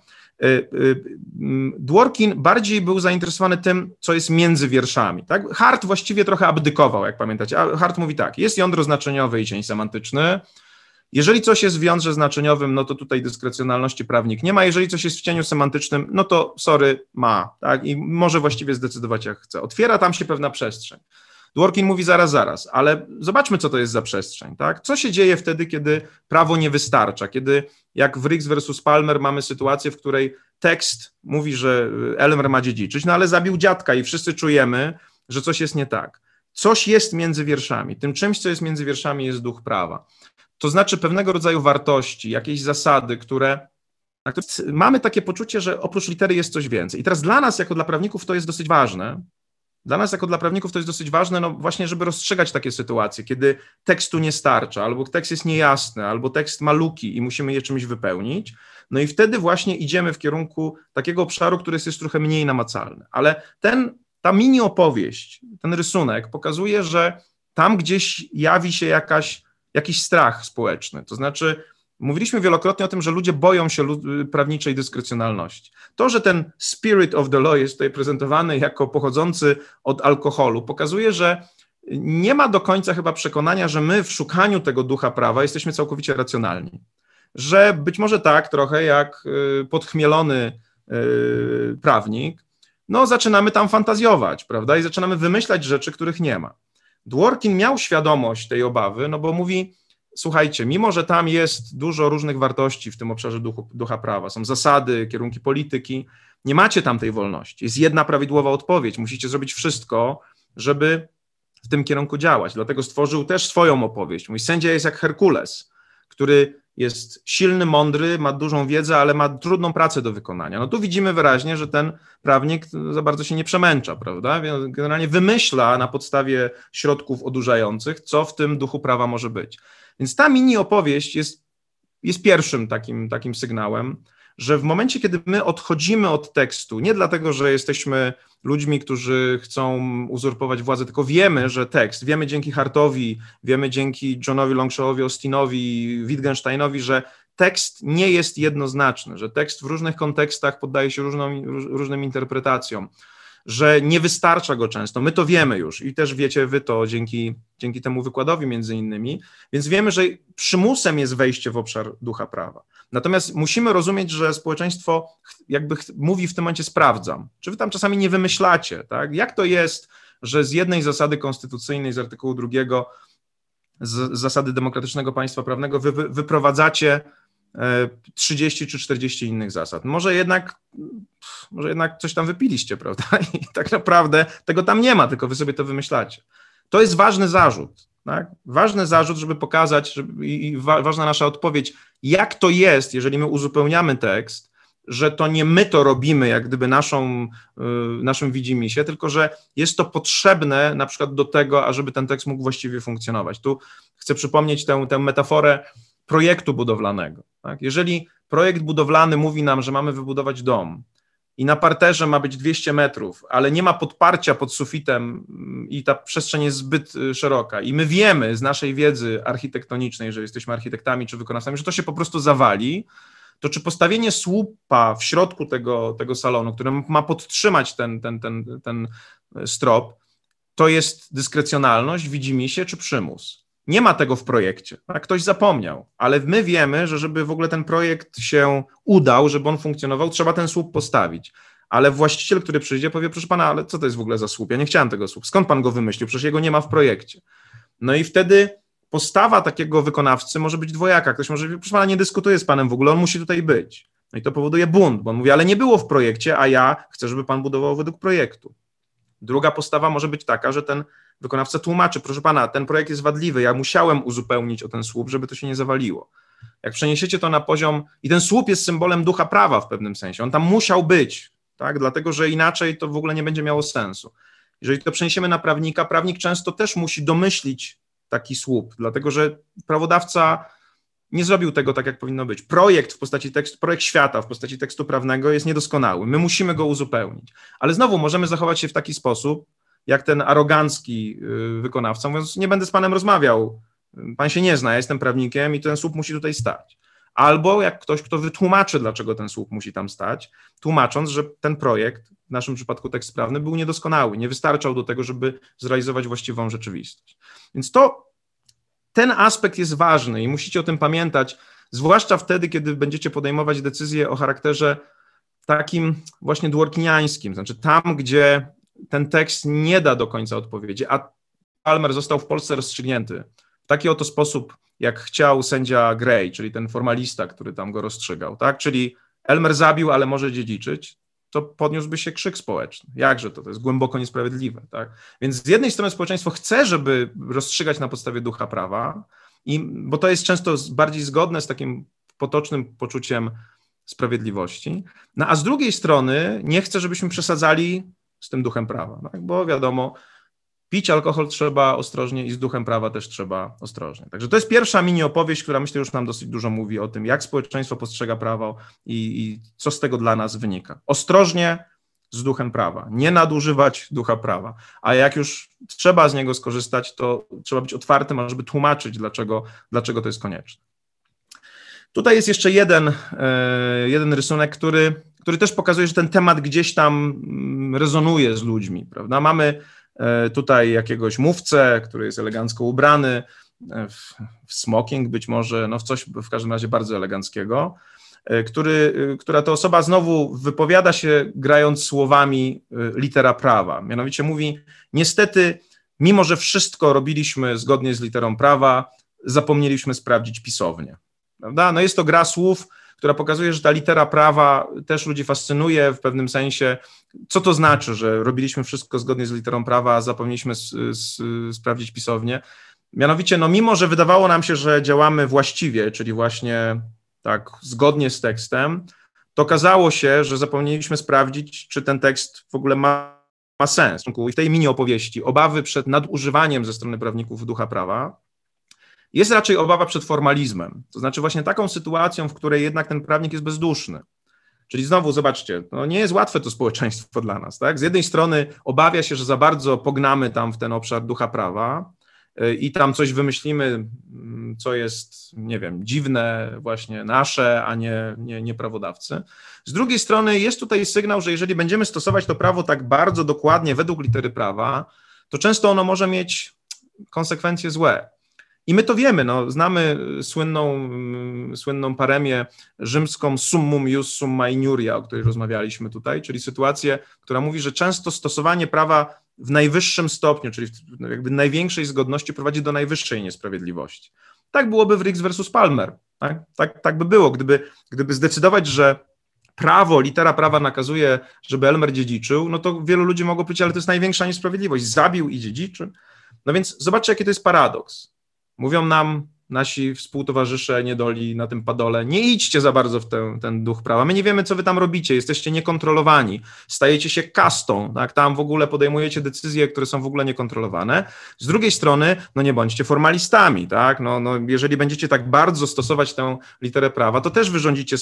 Dworkin bardziej był zainteresowany tym, co jest między wierszami. Tak? Hart właściwie trochę abdykował, jak pamiętacie. Hart mówi tak, jest jądro znaczeniowe i cień semantyczny. Jeżeli coś jest w jądrze znaczeniowym, no to tutaj dyskrecjonalności prawnik nie ma. Jeżeli coś jest w cieniu semantycznym, no to sorry, ma. Tak? I może właściwie zdecydować, jak chce. Otwiera tam się pewna przestrzeń. Dworkin mówi zaraz, ale zobaczmy, co to jest za przestrzeń. Tak? Co się dzieje wtedy, kiedy prawo nie wystarcza? Kiedy, jak w Riggs versus Palmer, mamy sytuację, w której tekst mówi, że Elmer ma dziedziczyć, no ale zabił dziadka i wszyscy czujemy, że coś jest nie tak. Coś jest między wierszami. Tym czymś, co jest między wierszami, jest duch prawa. To znaczy pewnego rodzaju wartości, jakieś zasady, które mamy takie poczucie, że oprócz litery jest coś więcej. I teraz dla nas, jako dla prawników, to jest dosyć ważne. Dla nas, jako dla prawników, to jest dosyć ważne, no właśnie, żeby rozstrzygać takie sytuacje, kiedy tekstu nie starcza, albo tekst jest niejasny, albo tekst ma luki i musimy je czymś wypełnić. No i wtedy właśnie idziemy w kierunku takiego obszaru, który jest trochę mniej namacalny. Ale ta mini opowieść, ten rysunek pokazuje, że tam gdzieś jawi się jakaś jakiś strach społeczny. To znaczy, mówiliśmy wielokrotnie o tym, że ludzie boją się prawniczej dyskrecjonalności. To, że ten spirit of the law jest tutaj prezentowany jako pochodzący od alkoholu, pokazuje, że nie ma do końca chyba przekonania, że my w szukaniu tego ducha prawa jesteśmy całkowicie racjonalni. Że być może tak trochę jak podchmielony prawnik, no zaczynamy tam fantazjować, prawda, i zaczynamy wymyślać rzeczy, których nie ma. Dworkin miał świadomość tej obawy, no bo mówi, słuchajcie, mimo że tam jest dużo różnych wartości w tym obszarze ducha prawa, są zasady, kierunki polityki, nie macie tam tej wolności. Jest jedna prawidłowa odpowiedź, musicie zrobić wszystko, żeby w tym kierunku działać. Dlatego stworzył też swoją opowieść. Mój sędzia jest jak Herkules, który jest silny, mądry, ma dużą wiedzę, ale ma trudną pracę do wykonania. No tu widzimy wyraźnie, że ten prawnik za bardzo się nie przemęcza, prawda? Więc generalnie wymyśla na podstawie środków odurzających, co w tym duchu prawa może być. Więc ta mini opowieść jest pierwszym takim sygnałem, że w momencie, kiedy my odchodzimy od tekstu, nie dlatego, że jesteśmy ludźmi, którzy chcą uzurpować władzę, tylko wiemy, że tekst, wiemy dzięki Hartowi, wiemy dzięki Johnowi Longshowowi, Austinowi, Wittgensteinowi, że tekst nie jest jednoznaczny, że tekst w różnych kontekstach poddaje się różnym interpretacjom, że nie wystarcza go często. My to wiemy już i też wiecie wy to dzięki temu wykładowi między innymi, więc wiemy, że przymusem jest wejście w obszar ducha prawa. Natomiast musimy rozumieć, że społeczeństwo jakby mówi w tym momencie sprawdzam, czy wy tam czasami nie wymyślacie, tak? Jak to jest, że z jednej zasady konstytucyjnej, z artykułu 2, z zasady demokratycznego państwa prawnego wyprowadzacie 30 czy 40 innych zasad. Może jednak coś tam wypiliście, prawda? I tak naprawdę tego tam nie ma, tylko wy sobie to wymyślacie. To jest ważny zarzut, tak? Ważny zarzut, żeby pokazać, i ważna nasza odpowiedź, jak to jest, jeżeli my uzupełniamy tekst, że to nie my to robimy, jak gdyby naszym widzimisię, tylko że jest to potrzebne na przykład do tego, ażeby ten tekst mógł właściwie funkcjonować. Tu chcę przypomnieć tę metaforę projektu budowlanego. Tak? Jeżeli projekt budowlany mówi nam, że mamy wybudować dom i na parterze ma być 200 metrów, ale nie ma podparcia pod sufitem i ta przestrzeń jest zbyt szeroka i my wiemy z naszej wiedzy architektonicznej, że jesteśmy architektami czy wykonawcami, że to się po prostu zawali, to czy postawienie słupa w środku tego salonu, który ma podtrzymać ten strop, to jest dyskrecjonalność, widzimisię czy przymus? Nie ma tego w projekcie, tak? Ktoś zapomniał, ale my wiemy, że żeby w ogóle ten projekt się udał, żeby on funkcjonował, trzeba ten słup postawić. Ale właściciel, który przyjdzie, powie, proszę pana, ale co to jest w ogóle za słup? Ja nie chciałem tego słupu. Skąd pan go wymyślił? Przecież jego nie ma w projekcie. No i wtedy postawa takiego wykonawcy może być dwojaka. Ktoś może powiedzieć, proszę pana, nie dyskutuję z panem w ogóle, on musi tutaj być. No i to powoduje bunt, bo on mówi, ale nie było w projekcie, a ja chcę, żeby pan budował według projektu. Druga postawa może być taka, że ten wykonawca tłumaczy, proszę pana, ten projekt jest wadliwy, ja musiałem uzupełnić o ten słup, żeby to się nie zawaliło. Jak przeniesiecie to na poziom, i ten słup jest symbolem ducha prawa w pewnym sensie, on tam musiał być, tak, dlatego, że inaczej to w ogóle nie będzie miało sensu. Jeżeli to przeniesiemy na prawnika, prawnik często też musi domyślić taki słup, dlatego, że prawodawca nie zrobił tego tak, jak powinno być. Projekt świata w postaci tekstu prawnego jest niedoskonały, my musimy go uzupełnić, ale znowu możemy zachować się w taki sposób, jak ten arogancki wykonawca, mówiąc, nie będę z panem rozmawiał, pan się nie zna, ja jestem prawnikiem i ten słup musi tutaj stać. Albo jak ktoś, kto wytłumaczy, dlaczego ten słup musi tam stać, tłumacząc, że ten projekt, w naszym przypadku tekst prawny, był niedoskonały, nie wystarczał do tego, żeby zrealizować właściwą rzeczywistość. Więc ten aspekt jest ważny i musicie o tym pamiętać, zwłaszcza wtedy, kiedy będziecie podejmować decyzje o charakterze takim właśnie dworkiniańskim, znaczy tam, gdzie ten tekst nie da do końca odpowiedzi, a Elmer został w Polsce rozstrzygnięty w taki oto sposób, jak chciał sędzia Gray, czyli ten formalista, który tam go rozstrzygał, tak? Czyli Elmer zabił, ale może dziedziczyć, to podniósłby się krzyk społeczny. Jakże to jest głęboko niesprawiedliwe, tak? Więc z jednej strony społeczeństwo chce, żeby rozstrzygać na podstawie ducha prawa, bo to jest często bardziej zgodne z takim potocznym poczuciem sprawiedliwości, no a z drugiej strony nie chce, żebyśmy przesadzali z tym duchem prawa, tak? Bo wiadomo, pić alkohol trzeba ostrożnie i z duchem prawa też trzeba ostrożnie. Także to jest pierwsza mini opowieść, która myślę już nam dosyć dużo mówi o tym, jak społeczeństwo postrzega prawo i co z tego dla nas wynika. Ostrożnie z duchem prawa, nie nadużywać ducha prawa, a jak już trzeba z niego skorzystać, to trzeba być otwartym, żeby tłumaczyć, dlaczego to jest konieczne. Tutaj jest jeszcze jeden rysunek, który też pokazuje, że ten temat gdzieś tam rezonuje z ludźmi, prawda? Mamy tutaj jakiegoś mówcę, który jest elegancko ubrany, w smoking być może, no w coś w każdym razie bardzo eleganckiego, która to osoba znowu wypowiada się grając słowami litera prawa. Mianowicie mówi, niestety, mimo że wszystko robiliśmy zgodnie z literą prawa, zapomnieliśmy sprawdzić pisownię. Prawda? No jest to gra słów, która pokazuje, że ta litera prawa też ludzi fascynuje w pewnym sensie. Co to znaczy, że robiliśmy wszystko zgodnie z literą prawa, a zapomnieliśmy sprawdzić pisownię? Mianowicie, no mimo że wydawało nam się, że działamy właściwie, czyli właśnie tak zgodnie z tekstem, to okazało się, że zapomnieliśmy sprawdzić, czy ten tekst w ogóle ma sens. I w tej mini opowieści obawy przed nadużywaniem ze strony prawników ducha prawa jest raczej obawa przed formalizmem, to znaczy właśnie taką sytuacją, w której jednak ten prawnik jest bezduszny. Czyli znowu, zobaczcie, no nie jest łatwe to społeczeństwo dla nas, tak? Z jednej strony obawia się, że za bardzo pognamy tam w ten obszar ducha prawa i tam coś wymyślimy, co jest, nie wiem, dziwne, właśnie nasze, a nie prawodawcy. Z drugiej strony jest tutaj sygnał, że jeżeli będziemy stosować to prawo tak bardzo dokładnie według litery prawa, to często ono może mieć konsekwencje złe. I my to wiemy, no, znamy słynną paremię rzymską summum ius summa iniuria, o której rozmawialiśmy tutaj, czyli sytuację, która mówi, że często stosowanie prawa w najwyższym stopniu, czyli jakby największej zgodności prowadzi do najwyższej niesprawiedliwości. Tak byłoby w Rix versus Palmer. Tak by było, gdyby zdecydować, że litera prawa nakazuje, żeby Elmer dziedziczył, no to wielu ludzi mogło powiedzieć, ale to jest największa niesprawiedliwość, zabił i dziedziczy. No więc zobaczcie, jaki to jest paradoks. Mówią nam nasi współtowarzysze niedoli na tym padole, nie idźcie za bardzo w ten duch prawa, my nie wiemy, co wy tam robicie, jesteście niekontrolowani, stajecie się kastą, tak? Tam w ogóle podejmujecie decyzje, które są w ogóle niekontrolowane. Z drugiej strony, no nie bądźcie formalistami, tak? No, jeżeli będziecie tak bardzo stosować tę literę prawa, to też wyrządzicie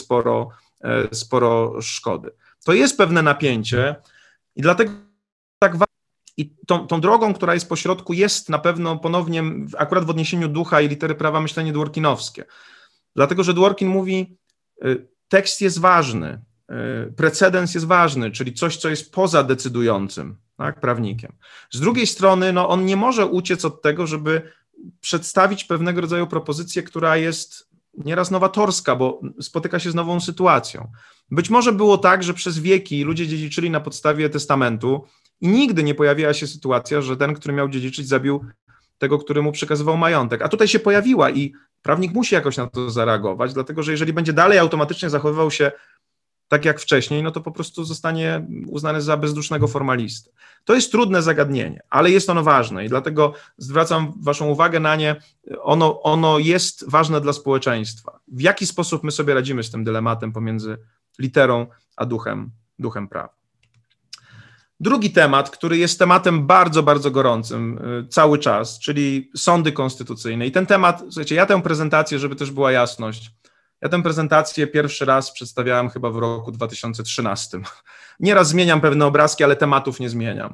sporo szkody. To jest pewne napięcie i dlatego tak ważne. I tą drogą, która jest pośrodku, jest na pewno ponownie, akurat w odniesieniu ducha i litery prawa, myślenie dworkinowskie. Dlatego, że Dworkin mówi, tekst jest ważny, precedens jest ważny, czyli coś, co jest poza decydującym, tak, prawnikiem. Z drugiej strony, no, on nie może uciec od tego, żeby przedstawić pewnego rodzaju propozycję, która jest nieraz nowatorska, bo spotyka się z nową sytuacją. Być może było tak, że przez wieki ludzie dziedziczyli na podstawie testamentu, i nigdy nie pojawiła się sytuacja, że ten, który miał dziedziczyć, zabił tego, który mu przekazywał majątek. A tutaj się pojawiła i prawnik musi jakoś na to zareagować, dlatego że jeżeli będzie dalej automatycznie zachowywał się tak jak wcześniej, no to po prostu zostanie uznany za bezdusznego formalistę. To jest trudne zagadnienie, ale jest ono ważne i dlatego zwracam waszą uwagę na nie. Ono jest ważne dla społeczeństwa. W jaki sposób my sobie radzimy z tym dylematem pomiędzy literą a duchem prawa. Drugi temat, który jest tematem bardzo, bardzo gorącym cały czas, czyli sądy konstytucyjne. I ten temat, słuchajcie, ja tę prezentację, żeby też była jasność, ja tę prezentację pierwszy raz przedstawiałem chyba w roku 2013. Nieraz zmieniam pewne obrazki, ale tematów nie zmieniam.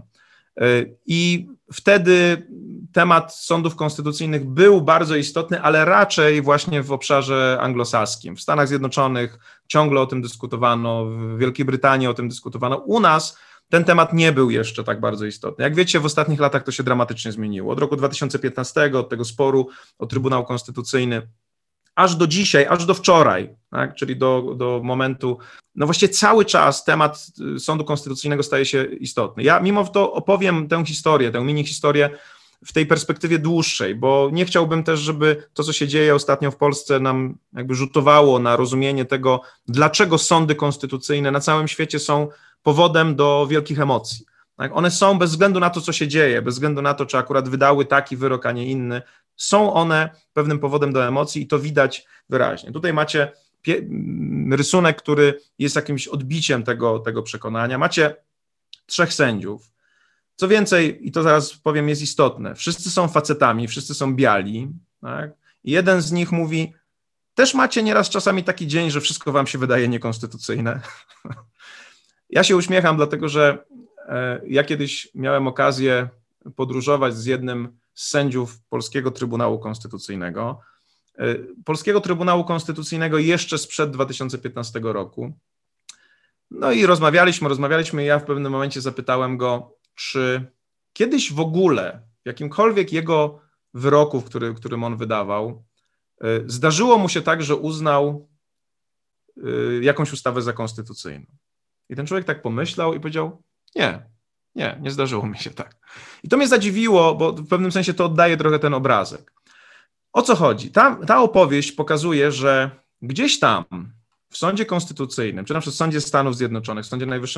I wtedy temat sądów konstytucyjnych był bardzo istotny, ale raczej właśnie w obszarze anglosaskim. W Stanach Zjednoczonych ciągle o tym dyskutowano, w Wielkiej Brytanii o tym dyskutowano. U nas ten temat nie był jeszcze tak bardzo istotny. Jak wiecie, w ostatnich latach to się dramatycznie zmieniło. Od roku 2015, od tego sporu o Trybunał Konstytucyjny, aż do dzisiaj, aż do wczoraj, tak? Czyli do momentu, no właściwie cały czas temat Sądu Konstytucyjnego staje się istotny. Ja mimo to opowiem tę historię, tę mini historię w tej perspektywie dłuższej, bo nie chciałbym też, żeby to, co się dzieje ostatnio w Polsce, nam jakby rzutowało na rozumienie tego, dlaczego sądy konstytucyjne na całym świecie są powodem do wielkich emocji. Tak? One są bez względu na to, co się dzieje, bez względu na to, czy akurat wydały taki wyrok, a nie inny, są one pewnym powodem do emocji i to widać wyraźnie. Tutaj macie rysunek, który jest jakimś odbiciem tego przekonania. Macie 3 sędziów. Co więcej, i to zaraz powiem, jest istotne, wszyscy są facetami, wszyscy są biali, tak? I jeden z nich mówi, też macie nieraz czasami taki dzień, że wszystko wam się wydaje niekonstytucyjne. Ja się uśmiecham, dlatego że ja kiedyś miałem okazję podróżować z jednym z sędziów Polskiego Trybunału Konstytucyjnego. Polskiego Trybunału Konstytucyjnego jeszcze sprzed 2015 roku. No i rozmawialiśmy i ja w pewnym momencie zapytałem go, czy kiedyś w ogóle w jakimkolwiek jego wyroku, którym on wydawał, zdarzyło mu się tak, że uznał jakąś ustawę za konstytucyjną. I ten człowiek tak pomyślał i powiedział, nie zdarzyło mi się tak. I to mnie zadziwiło, bo w pewnym sensie to oddaje trochę ten obrazek. O co chodzi? Ta opowieść pokazuje, że gdzieś tam w sądzie konstytucyjnym, czy na przykład w Sądzie Stanów Zjednoczonych, w Sądzie Najwyższym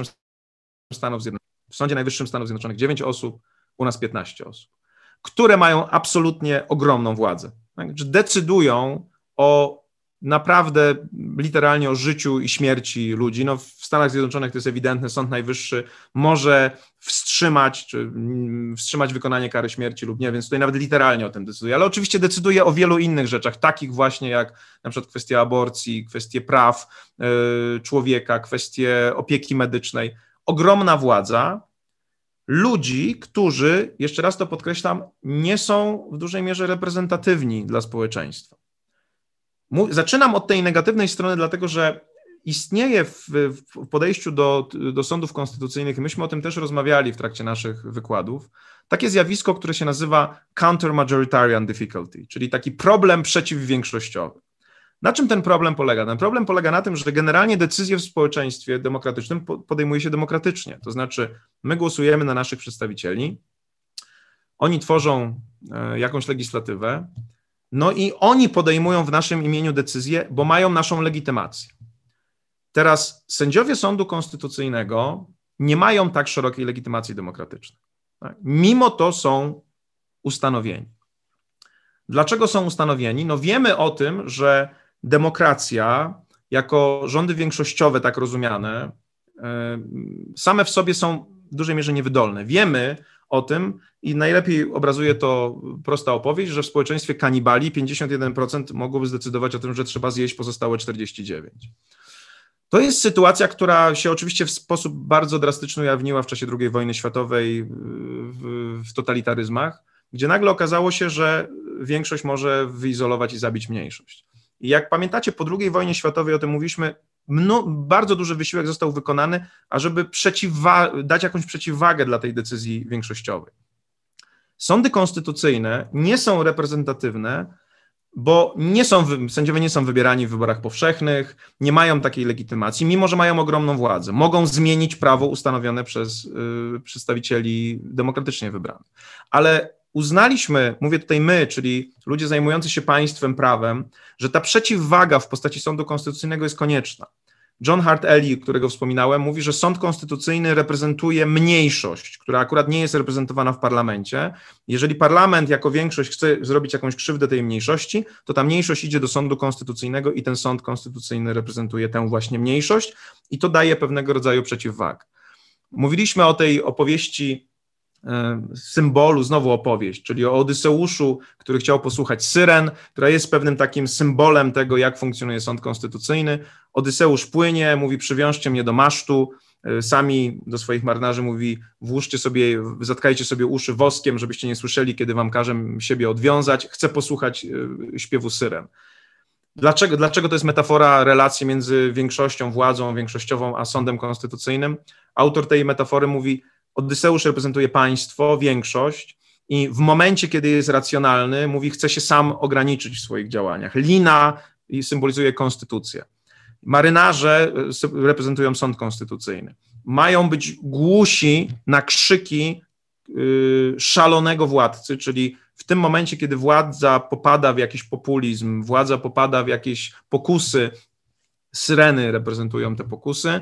Stanów Zjednoczonych 9 osób, u nas 15 osób, które mają absolutnie ogromną władzę. Tak? Decydują o naprawdę literalnie o życiu i śmierci ludzi. No, w Stanach Zjednoczonych to jest ewidentne, Sąd Najwyższy może wstrzymać wykonanie kary śmierci lub nie, więc tutaj nawet literalnie o tym decyduje, ale oczywiście decyduje o wielu innych rzeczach, takich właśnie jak na przykład kwestia aborcji, kwestie praw człowieka, kwestie opieki medycznej. Ogromna władza ludzi, którzy, jeszcze raz to podkreślam, nie są w dużej mierze reprezentatywni dla społeczeństwa. Zaczynam od tej negatywnej strony, dlatego że istnieje w podejściu do sądów konstytucyjnych, i myśmy o tym też rozmawiali w trakcie naszych wykładów, takie zjawisko, które się nazywa counter-majoritarian difficulty, czyli taki problem przeciwwiększościowy. Na czym ten problem polega? Ten problem polega na tym, że generalnie decyzje w społeczeństwie demokratycznym podejmuje się demokratycznie, to znaczy my głosujemy na naszych przedstawicieli, oni tworzą jakąś legislatywę, no i oni podejmują w naszym imieniu decyzje, bo mają naszą legitymację. Teraz sędziowie Sądu Konstytucyjnego nie mają tak szerokiej legitymacji demokratycznej. Tak? Mimo to są ustanowieni. Dlaczego są ustanowieni? No wiemy o tym, że demokracja jako rządy większościowe, tak rozumiane, same w sobie są w dużej mierze niewydolne. Wiemy o tym i najlepiej obrazuje to prosta opowieść, że w społeczeństwie kanibali 51% mogłoby zdecydować o tym, że trzeba zjeść pozostałe 49%. To jest sytuacja, która się oczywiście w sposób bardzo drastyczny ujawniła w czasie II wojny światowej w totalitaryzmach, gdzie nagle okazało się, że większość może wyizolować i zabić mniejszość. I jak pamiętacie, po II wojnie światowej, o tym mówiliśmy, bardzo duży wysiłek został wykonany, ażeby dać jakąś przeciwwagę dla tej decyzji większościowej. Sądy konstytucyjne nie są reprezentatywne, bo sędziowie nie są wybierani w wyborach powszechnych, nie mają takiej legitymacji, mimo że mają ogromną władzę. Mogą zmienić prawo ustanowione przez przedstawicieli demokratycznie wybranych. Ale uznaliśmy, mówię tutaj my, czyli ludzie zajmujący się państwem, prawem, że ta przeciwwaga w postaci sądu konstytucyjnego jest konieczna. John Hart Ely, którego wspominałem, mówi, że sąd konstytucyjny reprezentuje mniejszość, która akurat nie jest reprezentowana w parlamencie. Jeżeli parlament jako większość chce zrobić jakąś krzywdę tej mniejszości, to ta mniejszość idzie do sądu konstytucyjnego i ten sąd konstytucyjny reprezentuje tę właśnie mniejszość i to daje pewnego rodzaju przeciwwagę. Mówiliśmy o tej opowieści, symbolu, znowu opowieść, czyli o Odyseuszu, który chciał posłuchać syren, która jest pewnym takim symbolem tego, jak funkcjonuje sąd konstytucyjny. Odyseusz płynie, mówi: przywiążcie mnie do masztu, sami do swoich marynarzy mówi: zatkajcie sobie uszy woskiem, żebyście nie słyszeli, kiedy wam każę siebie odwiązać, chcę posłuchać śpiewu syren. Dlaczego to jest metafora relacji między większością, władzą większościową, a sądem konstytucyjnym? Autor tej metafory mówi: Odyseusz reprezentuje państwo, większość i w momencie, kiedy jest racjonalny, mówi, chce się sam ograniczyć w swoich działaniach. Lina symbolizuje konstytucję. Marynarze reprezentują sąd konstytucyjny. Mają być głusi na krzyki szalonego władcy, czyli w tym momencie, kiedy władza popada w jakiś populizm, władza popada w jakieś pokusy, syreny reprezentują te pokusy,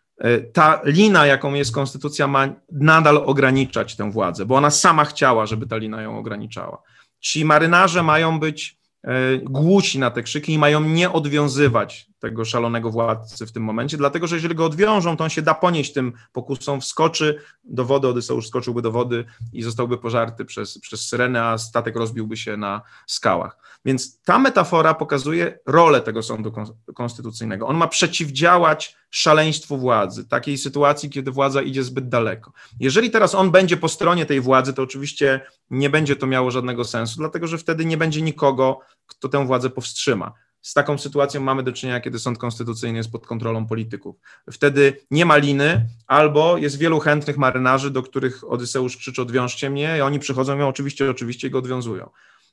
ta lina, jaką jest konstytucja, ma nadal ograniczać tę władzę, bo ona sama chciała, żeby ta lina ją ograniczała. Ci marynarze mają być głusi na te krzyki i mają nie odwiązywać tego szalonego władcy w tym momencie, dlatego że jeżeli go odwiążą, to on się da ponieść tym pokusom, wskoczy do wody, Odyseusz wskoczyłby do wody i zostałby pożarty przez syrenę, a statek rozbiłby się na skałach. Więc ta metafora pokazuje rolę tego sądu konstytucyjnego. On ma przeciwdziałać szaleństwu władzy, takiej sytuacji, kiedy władza idzie zbyt daleko. Jeżeli teraz on będzie po stronie tej władzy, to oczywiście nie będzie to miało żadnego sensu, dlatego że wtedy nie będzie nikogo, kto tę władzę powstrzyma. Z taką sytuacją mamy do czynienia, kiedy sąd konstytucyjny jest pod kontrolą polityków. Wtedy nie ma liny, albo jest wielu chętnych marynarzy, do których Odyseusz krzyczy: odwiążcie mnie, i oni przychodzą i mówią: oczywiście, i go odwiązują.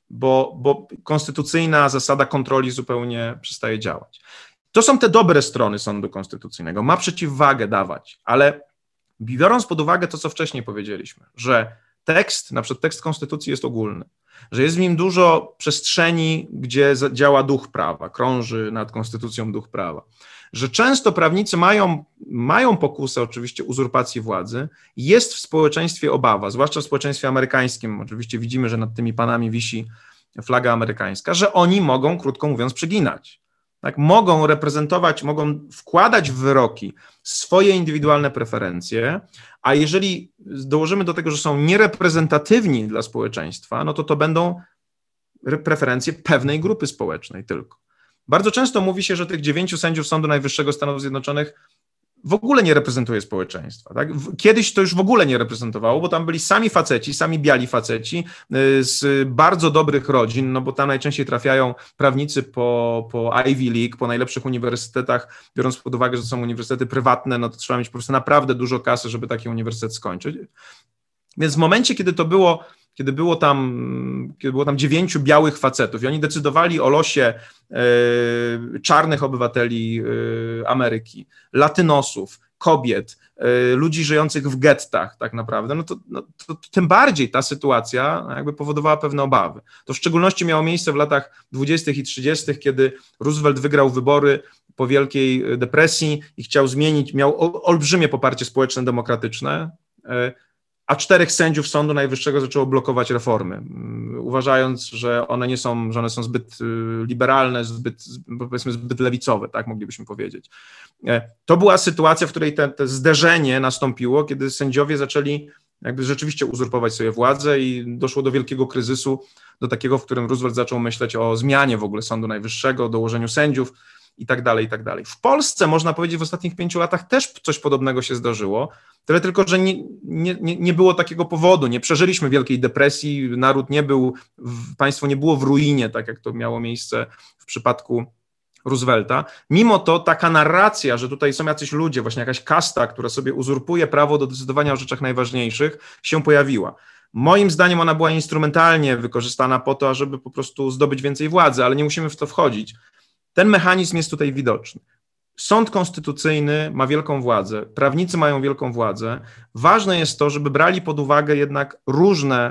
Bo konstytucyjna zasada kontroli zupełnie przestaje działać. To są te dobre strony sądu konstytucyjnego. Ma przeciwwagę dawać, ale biorąc pod uwagę to, co wcześniej powiedzieliśmy, że na przykład tekst konstytucji jest ogólny, że jest w nim dużo przestrzeni, gdzie działa duch prawa, krąży nad konstytucją duch prawa, że często prawnicy mają pokusę oczywiście uzurpacji władzy, jest w społeczeństwie obawa, zwłaszcza w społeczeństwie amerykańskim, oczywiście widzimy, że nad tymi panami wisi flaga amerykańska, że oni mogą, krótko mówiąc, przeginać. Tak, mogą reprezentować, mogą wkładać w wyroki swoje indywidualne preferencje, a jeżeli dołożymy do tego, że są niereprezentatywni dla społeczeństwa, no to będą preferencje pewnej grupy społecznej tylko. Bardzo często mówi się, że tych 9 sędziów Sądu Najwyższego Stanów Zjednoczonych w ogóle nie reprezentuje społeczeństwa. Tak? Kiedyś to już w ogóle nie reprezentowało, bo tam byli sami faceci, sami biali faceci z bardzo dobrych rodzin, no bo tam najczęściej trafiają prawnicy po Ivy League, po najlepszych uniwersytetach, biorąc pod uwagę, że to są uniwersytety prywatne, no to trzeba mieć po prostu naprawdę dużo kasy, żeby taki uniwersytet skończyć. Więc w momencie, kiedy było tam 9 białych facetów i oni decydowali o losie czarnych obywateli Ameryki, latynosów, kobiet, ludzi żyjących w gettach tak naprawdę, no to tym bardziej ta sytuacja jakby powodowała pewne obawy. To w szczególności miało miejsce w latach 20. i 30., kiedy Roosevelt wygrał wybory po Wielkiej Depresji i chciał zmienić, miał olbrzymie poparcie społeczne, demokratyczne, a 4 sędziów Sądu Najwyższego zaczęło blokować reformy, uważając, że one są zbyt liberalne, zbyt lewicowe, tak moglibyśmy powiedzieć. To była sytuacja, w której te zderzenie nastąpiło, kiedy sędziowie zaczęli jakby rzeczywiście uzurpować sobie władzę i doszło do wielkiego kryzysu, do takiego, w którym Roosevelt zaczął myśleć o zmianie w ogóle Sądu Najwyższego, o dołożeniu sędziów i tak dalej, i tak dalej. W Polsce, można powiedzieć, w ostatnich 5 latach też coś podobnego się zdarzyło, tyle tylko, że nie było takiego powodu, nie przeżyliśmy Wielkiej Depresji, naród państwo nie było w ruinie, tak jak to miało miejsce w przypadku Roosevelta. Mimo to taka narracja, że tutaj są jacyś ludzie, właśnie jakaś kasta, która sobie uzurpuje prawo do decydowania o rzeczach najważniejszych, się pojawiła. Moim zdaniem ona była instrumentalnie wykorzystana po to, ażeby po prostu zdobyć więcej władzy, ale nie musimy w to wchodzić. Ten mechanizm jest tutaj widoczny. Sąd konstytucyjny ma wielką władzę, prawnicy mają wielką władzę. Ważne jest to, żeby brali pod uwagę jednak różne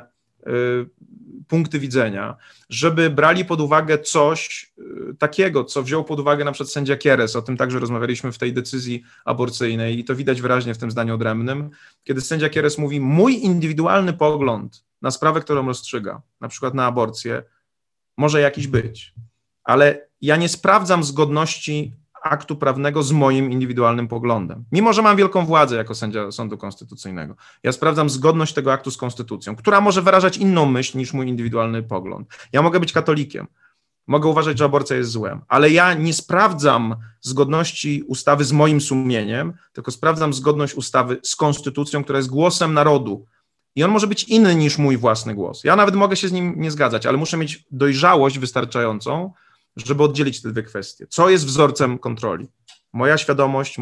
punkty widzenia, żeby brali pod uwagę coś takiego, co wziął pod uwagę na przykład sędzia Kieres, o tym także rozmawialiśmy w tej decyzji aborcyjnej i to widać wyraźnie w tym zdaniu odrębnym, kiedy sędzia Kieres mówi: mój indywidualny pogląd na sprawę, którą rozstrzyga, na przykład na aborcję, może jakiś być, ale ja nie sprawdzam zgodności aktu prawnego z moim indywidualnym poglądem. Mimo że mam wielką władzę jako sędzia Sądu Konstytucyjnego, ja sprawdzam zgodność tego aktu z konstytucją, która może wyrażać inną myśl niż mój indywidualny pogląd. Ja mogę być katolikiem, mogę uważać, że aborcja jest złem, ale ja nie sprawdzam zgodności ustawy z moim sumieniem, tylko sprawdzam zgodność ustawy z konstytucją, która jest głosem narodu. I on może być inny niż mój własny głos. Ja nawet mogę się z nim nie zgadzać, ale muszę mieć dojrzałość wystarczającą, żeby oddzielić te dwie kwestie. Co jest wzorcem kontroli? Moja świadomość,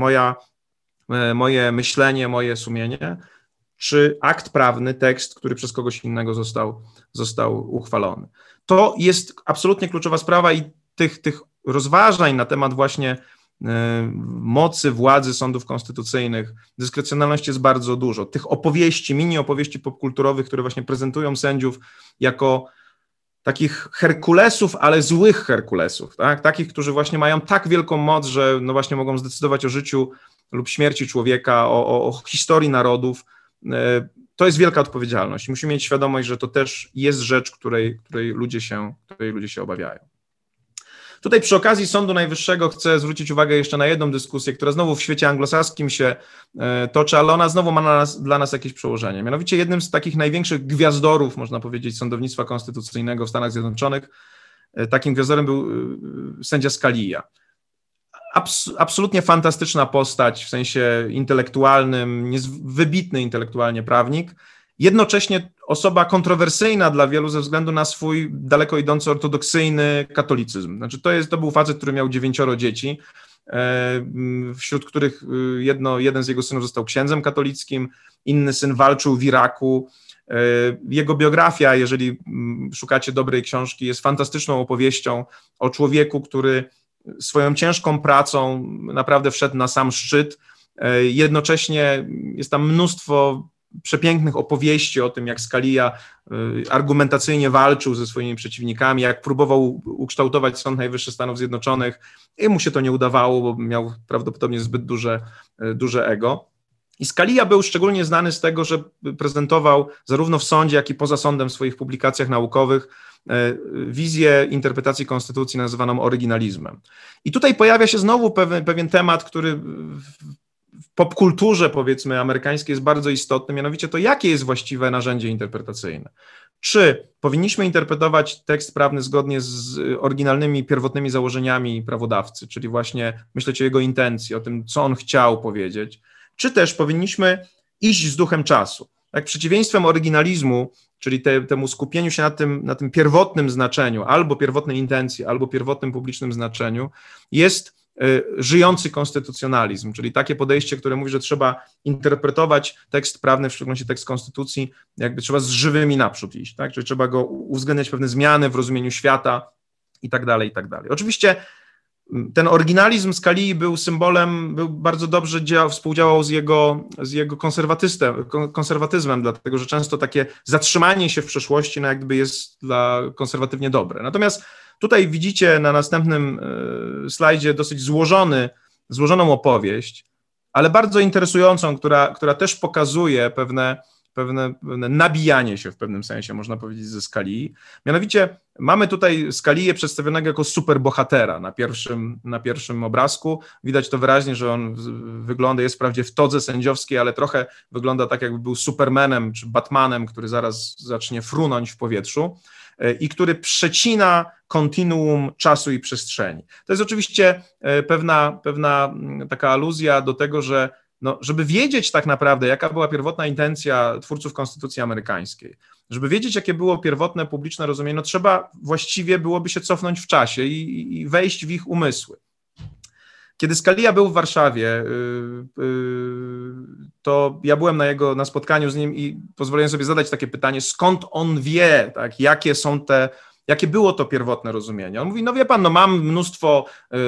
moje myślenie, moje sumienie, czy akt prawny, tekst, który przez kogoś innego został uchwalony. To jest absolutnie kluczowa sprawa i tych rozważań na temat właśnie mocy, władzy sądów konstytucyjnych, dyskrecjonalności jest bardzo dużo. Tych opowieści, mini opowieści popkulturowych, które właśnie prezentują sędziów jako takich Herkulesów, ale złych Herkulesów, tak? Takich, którzy właśnie mają tak wielką moc, że no właśnie mogą zdecydować o życiu lub śmierci człowieka, o historii narodów. To jest wielka odpowiedzialność. Musimy mieć świadomość, że to też jest rzecz, której ludzie się obawiają. Tutaj przy okazji Sądu Najwyższego chcę zwrócić uwagę jeszcze na jedną dyskusję, która znowu w świecie anglosaskim się toczy, ale ona znowu ma dla nas jakieś przełożenie. Mianowicie jednym z takich największych gwiazdorów, można powiedzieć, sądownictwa konstytucyjnego w Stanach Zjednoczonych, takim gwiazdorem był sędzia Scalia. absolutnie fantastyczna postać w sensie intelektualnym, wybitny intelektualnie prawnik, jednocześnie osoba kontrowersyjna dla wielu ze względu na swój daleko idący ortodoksyjny katolicyzm. Znaczy to był facet, który miał 9 dzieci, wśród których jeden z jego synów został księdzem katolickim, inny syn walczył w Iraku. Jego biografia, jeżeli szukacie dobrej książki, jest fantastyczną opowieścią o człowieku, który swoją ciężką pracą naprawdę wszedł na sam szczyt. Jednocześnie jest tam mnóstwo przepięknych opowieści o tym, jak Scalia argumentacyjnie walczył ze swoimi przeciwnikami, jak próbował ukształtować Sąd Najwyższy Stanów Zjednoczonych i mu się to nie udawało, bo miał prawdopodobnie zbyt duże ego. I Scalia był szczególnie znany z tego, że prezentował zarówno w sądzie, jak i poza sądem w swoich publikacjach naukowych wizję interpretacji konstytucji nazywaną oryginalizmem. I tutaj pojawia się znowu pewien temat, który w popkulturze, powiedzmy, amerykańskiej jest bardzo istotny, mianowicie to, jakie jest właściwe narzędzie interpretacyjne. Czy powinniśmy interpretować tekst prawny zgodnie z oryginalnymi, pierwotnymi założeniami prawodawcy, czyli właśnie myśleć o jego intencji, o tym, co on chciał powiedzieć, czy też powinniśmy iść z duchem czasu. Tak, przeciwieństwem oryginalizmu, czyli temu skupieniu się na tym pierwotnym znaczeniu, albo pierwotnej intencji, albo pierwotnym publicznym znaczeniu, jest żyjący konstytucjonalizm, czyli takie podejście, które mówi, że trzeba interpretować tekst prawny, w szczególności tekst konstytucji, jakby trzeba z żywymi naprzód iść, tak? Czyli trzeba go uwzględniać pewne zmiany w rozumieniu świata i tak dalej, i tak dalej. Oczywiście ten oryginalizm Scalii był symbolem, był bardzo dobrze współdziałał z jego konserwatyzmem, dlatego że często takie zatrzymanie się w przeszłości no jakby jest konserwatywnie dobre. Natomiast tutaj widzicie na następnym slajdzie dosyć złożoną opowieść, ale bardzo interesującą, która też pokazuje pewne nabijanie się w pewnym sensie, można powiedzieć, ze Scalii. Mianowicie mamy tutaj Scalię przedstawionego jako superbohatera na pierwszym obrazku. Widać to wyraźnie, że on jest wprawdzie w todze sędziowskiej, ale trochę wygląda tak, jakby był Supermanem czy Batmanem, który zaraz zacznie frunąć w powietrzu i który przecina kontinuum czasu i przestrzeni. To jest oczywiście pewna taka aluzja do tego, że żeby wiedzieć tak naprawdę, jaka była pierwotna intencja twórców Konstytucji amerykańskiej, żeby wiedzieć, jakie było pierwotne publiczne rozumienie, trzeba właściwie byłoby się cofnąć w czasie i wejść w ich umysły. Kiedy Scalia był w Warszawie, to ja byłem na spotkaniu z nim i pozwoliłem sobie zadać takie pytanie, skąd on wie, tak, jakie było to pierwotne rozumienie. On mówi, wie pan, mam mnóstwo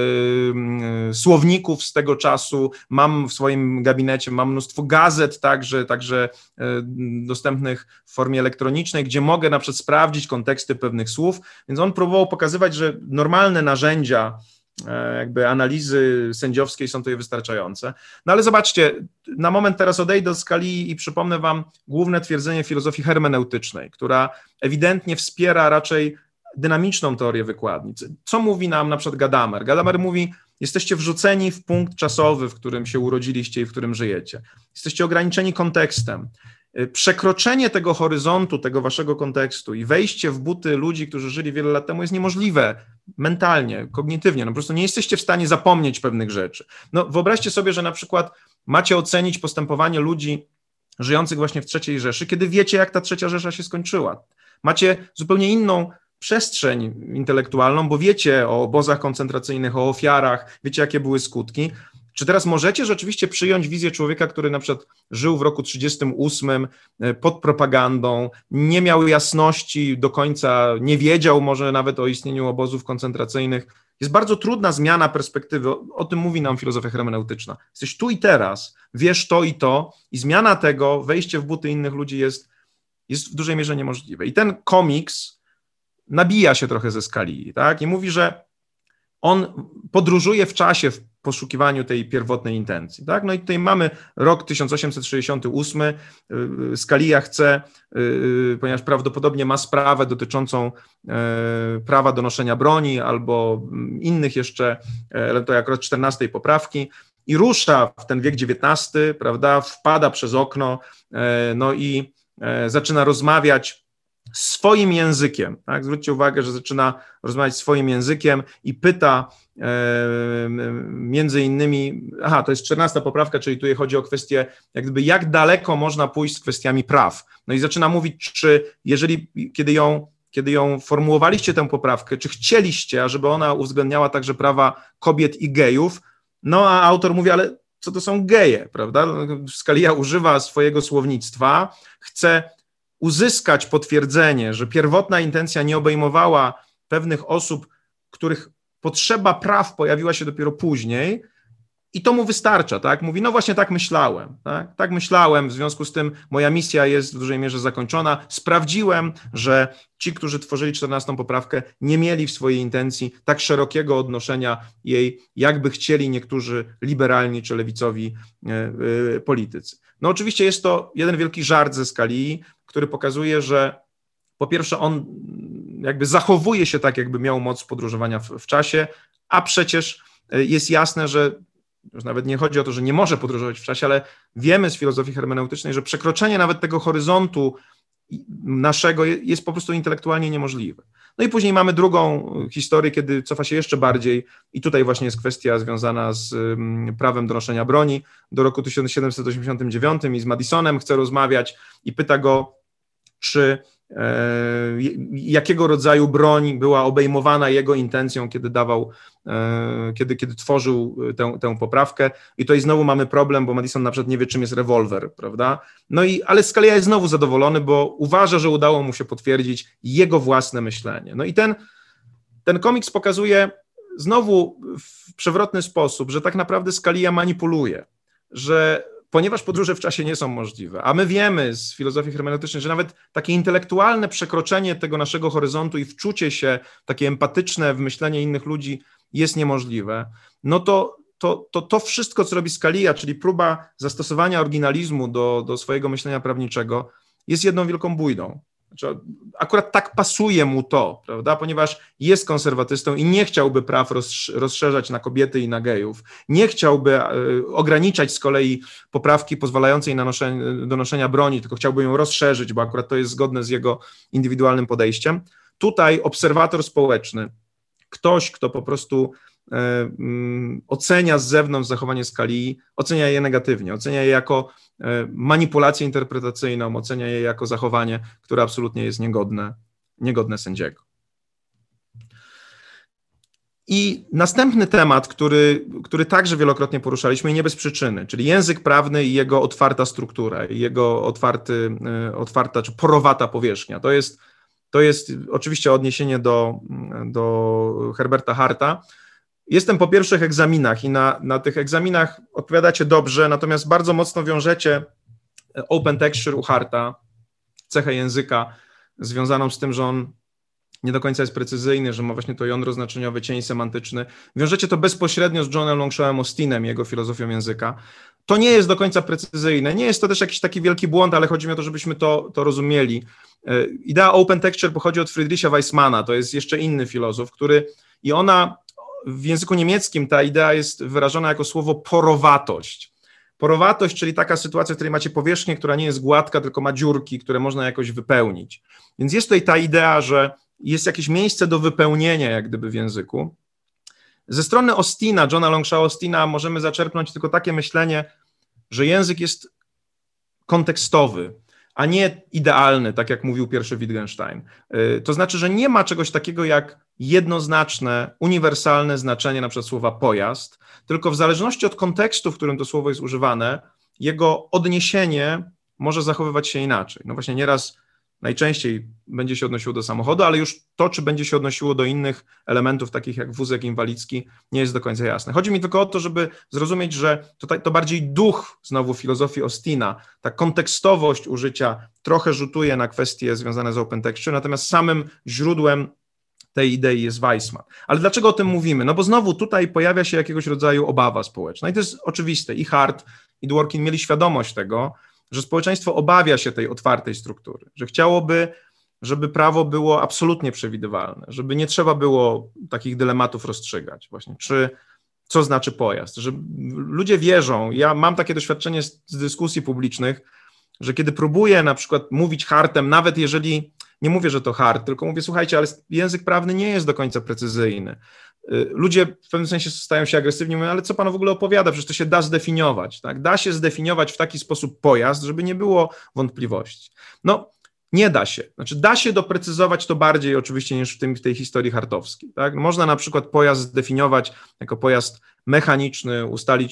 słowników z tego czasu, mam w swoim gabinecie, mam mnóstwo gazet także dostępnych w formie elektronicznej, gdzie mogę na przykład sprawdzić konteksty pewnych słów, więc on próbował pokazywać, że normalne narzędzia jakby analizy sędziowskiej są tutaj wystarczające. No ale zobaczcie, na moment teraz odejdę do Scalii i przypomnę wam główne twierdzenie filozofii hermeneutycznej, która ewidentnie wspiera raczej dynamiczną teorię wykładni. Co mówi nam na przykład Gadamer? Gadamer mówi, jesteście wrzuceni w punkt czasowy, w którym się urodziliście i w którym żyjecie. Jesteście ograniczeni kontekstem. Przekroczenie tego horyzontu, tego waszego kontekstu i wejście w buty ludzi, którzy żyli wiele lat temu jest niemożliwe mentalnie, kognitywnie. Po prostu nie jesteście w stanie zapomnieć pewnych rzeczy. Wyobraźcie sobie, że na przykład macie ocenić postępowanie ludzi żyjących właśnie w III Rzeszy, kiedy wiecie, jak ta III Rzesza się skończyła. Macie zupełnie inną przestrzeń intelektualną, bo wiecie o obozach koncentracyjnych, o ofiarach, wiecie, jakie były skutki. Czy teraz możecie rzeczywiście przyjąć wizję człowieka, który na przykład żył w roku 1938 pod propagandą, nie miał jasności do końca, nie wiedział może nawet o istnieniu obozów koncentracyjnych? Jest bardzo trudna zmiana perspektywy, o tym mówi nam filozofia hermeneutyczna. Jesteś tu i teraz, wiesz to i zmiana tego, wejście w buty innych ludzi jest w dużej mierze niemożliwe. I ten komiks nabija się trochę ze Scalii, tak? I mówi, że on podróżuje w czasie w poszukiwaniu tej pierwotnej intencji, tak? I tutaj mamy rok 1868, Scalia chce, ponieważ prawdopodobnie ma sprawę dotyczącą prawa do noszenia broni albo innych jeszcze, to akurat 14 poprawki, i rusza w ten wiek XIX, prawda, wpada przez okno, i zaczyna rozmawiać swoim językiem, tak? Zwróćcie uwagę, że zaczyna rozmawiać swoim językiem i pyta między innymi, to jest 14 poprawka, czyli tu chodzi o kwestię, jak daleko można pójść z kwestiami praw. No i zaczyna mówić, kiedy ją formułowaliście tę poprawkę, czy chcieliście, ażeby ona uwzględniała także prawa kobiet i gejów, no a autor mówi, ale co to są geje, prawda? Scalia używa swojego słownictwa, chce uzyskać potwierdzenie, że pierwotna intencja nie obejmowała pewnych osób, których potrzeba praw pojawiła się dopiero później i to mu wystarcza, tak? Mówi, no właśnie tak myślałem, tak? Tak myślałem, w związku z tym moja misja jest w dużej mierze zakończona. Sprawdziłem, że ci, którzy tworzyli 14 poprawkę, nie mieli w swojej intencji tak szerokiego odnoszenia jej, jakby chcieli niektórzy liberalni czy lewicowi politycy. No oczywiście jest to jeden wielki żart ze Scalii, który pokazuje, że po pierwsze on jakby zachowuje się tak, jakby miał moc podróżowania w czasie, a przecież jest jasne, że już nawet nie chodzi o to, że nie może podróżować w czasie, ale wiemy z filozofii hermeneutycznej, że przekroczenie nawet tego horyzontu naszego jest po prostu intelektualnie niemożliwe. No i później mamy drugą historię, kiedy cofa się jeszcze bardziej i tutaj właśnie jest kwestia związana z prawem do noszenia broni. Do roku 1789 i z Madisonem chce rozmawiać i pyta go, czy jakiego rodzaju broń była obejmowana jego intencją, kiedy tworzył tę poprawkę. I tutaj znowu mamy problem, bo Madison na przykład nie wie, czym jest rewolwer, prawda? Ale Scalia jest znowu zadowolony, bo uważa, że udało mu się potwierdzić jego własne myślenie. No i ten komiks pokazuje znowu w przewrotny sposób, że tak naprawdę Scalia manipuluje, że ponieważ podróże w czasie nie są możliwe, a my wiemy z filozofii hermeneutycznej, że nawet takie intelektualne przekroczenie tego naszego horyzontu i wczucie się, takie empatyczne w myślenie innych ludzi jest niemożliwe, no to wszystko, co robi Scalia, czyli próba zastosowania oryginalizmu do swojego myślenia prawniczego, jest jedną wielką bójdą. Znaczy, akurat tak pasuje mu to, prawda, ponieważ jest konserwatystą i nie chciałby praw rozszerzać na kobiety i na gejów, nie chciałby ograniczać z kolei poprawki pozwalającej do noszenia broni, tylko chciałby ją rozszerzyć, bo akurat to jest zgodne z jego indywidualnym podejściem. Tutaj obserwator społeczny, ktoś, kto po prostu ocenia z zewnątrz zachowanie Scalii, ocenia je negatywnie, ocenia je jako manipulację interpretacyjną, ocenia je jako zachowanie, które absolutnie jest niegodne sędziego. I następny temat, który także wielokrotnie poruszaliśmy i nie bez przyczyny, czyli język prawny i jego otwarta struktura, i jego otwarta czy porowata powierzchnia. To jest oczywiście odniesienie do Herberta Harta. Jestem po pierwszych egzaminach i na tych egzaminach odpowiadacie dobrze, natomiast bardzo mocno wiążecie open texture u Harta, cechę języka związaną z tym, że on nie do końca jest precyzyjny, że ma właśnie to jądro znaczeniowe, cień semantyczny. Wiążecie to bezpośrednio z Johnem Longshawem Austinem, jego filozofią języka. To nie jest do końca precyzyjne, nie jest to też jakiś taki wielki błąd, ale chodzi mi o to, żebyśmy to rozumieli. Idea open texture pochodzi od Friedricha Weissmana, to jest jeszcze inny filozof, i ona w języku niemieckim ta idea jest wyrażona jako słowo porowatość. Porowatość, czyli taka sytuacja, w której macie powierzchnię, która nie jest gładka, tylko ma dziurki, które można jakoś wypełnić. Więc jest tutaj ta idea, że jest jakieś miejsce do wypełnienia jak gdyby w języku. Ze strony Austina, Johna Longshaw Austina możemy zaczerpnąć tylko takie myślenie, że język jest kontekstowy, a nie idealny, tak jak mówił pierwszy Wittgenstein. To znaczy, że nie ma czegoś takiego jak jednoznaczne, uniwersalne znaczenie na przykład słowa pojazd, tylko w zależności od kontekstu, w którym to słowo jest używane, jego odniesienie może zachowywać się inaczej. No właśnie nieraz, najczęściej będzie się odnosiło do samochodu, ale już to, czy będzie się odnosiło do innych elementów, takich jak wózek inwalidzki, nie jest do końca jasne. Chodzi mi tylko o to, żeby zrozumieć, że to bardziej duch znowu filozofii Austina, ta kontekstowość użycia trochę rzutuje na kwestie związane z open texture, natomiast samym źródłem tej idei jest Weissman. Ale dlaczego o tym mówimy? No bo znowu tutaj pojawia się jakiegoś rodzaju obawa społeczna i to jest oczywiste. I Hart, i Dworkin mieli świadomość tego, że społeczeństwo obawia się tej otwartej struktury, że chciałoby, żeby prawo było absolutnie przewidywalne, żeby nie trzeba było takich dylematów rozstrzygać właśnie, co znaczy pojazd, że ludzie wierzą, ja mam takie doświadczenie z dyskusji publicznych, że kiedy próbuję na przykład mówić Hartem, nawet jeżeli nie mówię, że to Hart, tylko mówię, słuchajcie, ale język prawny nie jest do końca precyzyjny. ludzie w pewnym sensie stają się agresywni, mówią, ale co pan w ogóle opowiada, przecież to się da zdefiniować, tak? Da się zdefiniować w taki sposób pojazd, żeby nie było wątpliwości. No, nie da się. Znaczy, da się doprecyzować to bardziej oczywiście niż w tej historii hartowskiej. Tak? Można na przykład pojazd zdefiniować jako pojazd mechaniczny,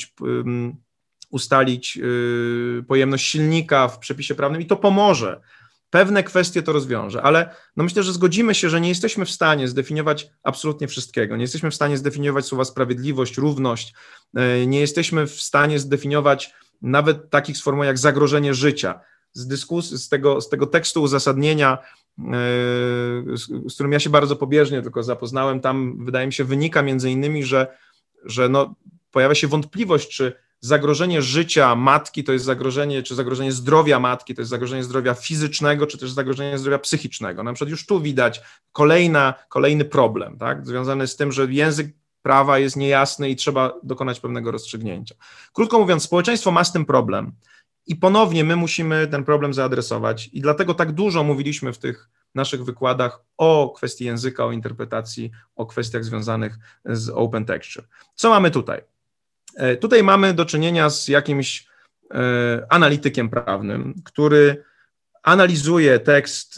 ustalić pojemność silnika w przepisie prawnym i to pomoże. Pewne kwestie to rozwiąże, ale no myślę, że zgodzimy się, że nie jesteśmy w stanie zdefiniować absolutnie wszystkiego. Nie jesteśmy w stanie zdefiniować słowa sprawiedliwość, równość, nie jesteśmy w stanie zdefiniować nawet takich sformułowań jak zagrożenie życia. Z tego tekstu uzasadnienia, z którym ja się bardzo pobieżnie tylko zapoznałem, tam wydaje mi się wynika między innymi, że no, pojawia się wątpliwość, czy zagrożenie życia matki to jest zagrożenie, czy zagrożenie zdrowia matki to jest zagrożenie zdrowia fizycznego, czy też zagrożenie zdrowia psychicznego. Na przykład już tu widać kolejny problem, tak, związany z tym, że język prawa jest niejasny i trzeba dokonać pewnego rozstrzygnięcia. Krótko mówiąc, społeczeństwo ma z tym problem i ponownie my musimy ten problem zaadresować i dlatego tak dużo mówiliśmy w tych naszych wykładach o kwestii języka, o interpretacji, o kwestiach związanych z open texture. Co mamy tutaj? Tutaj mamy do czynienia z jakimś analitykiem prawnym, który analizuje tekst,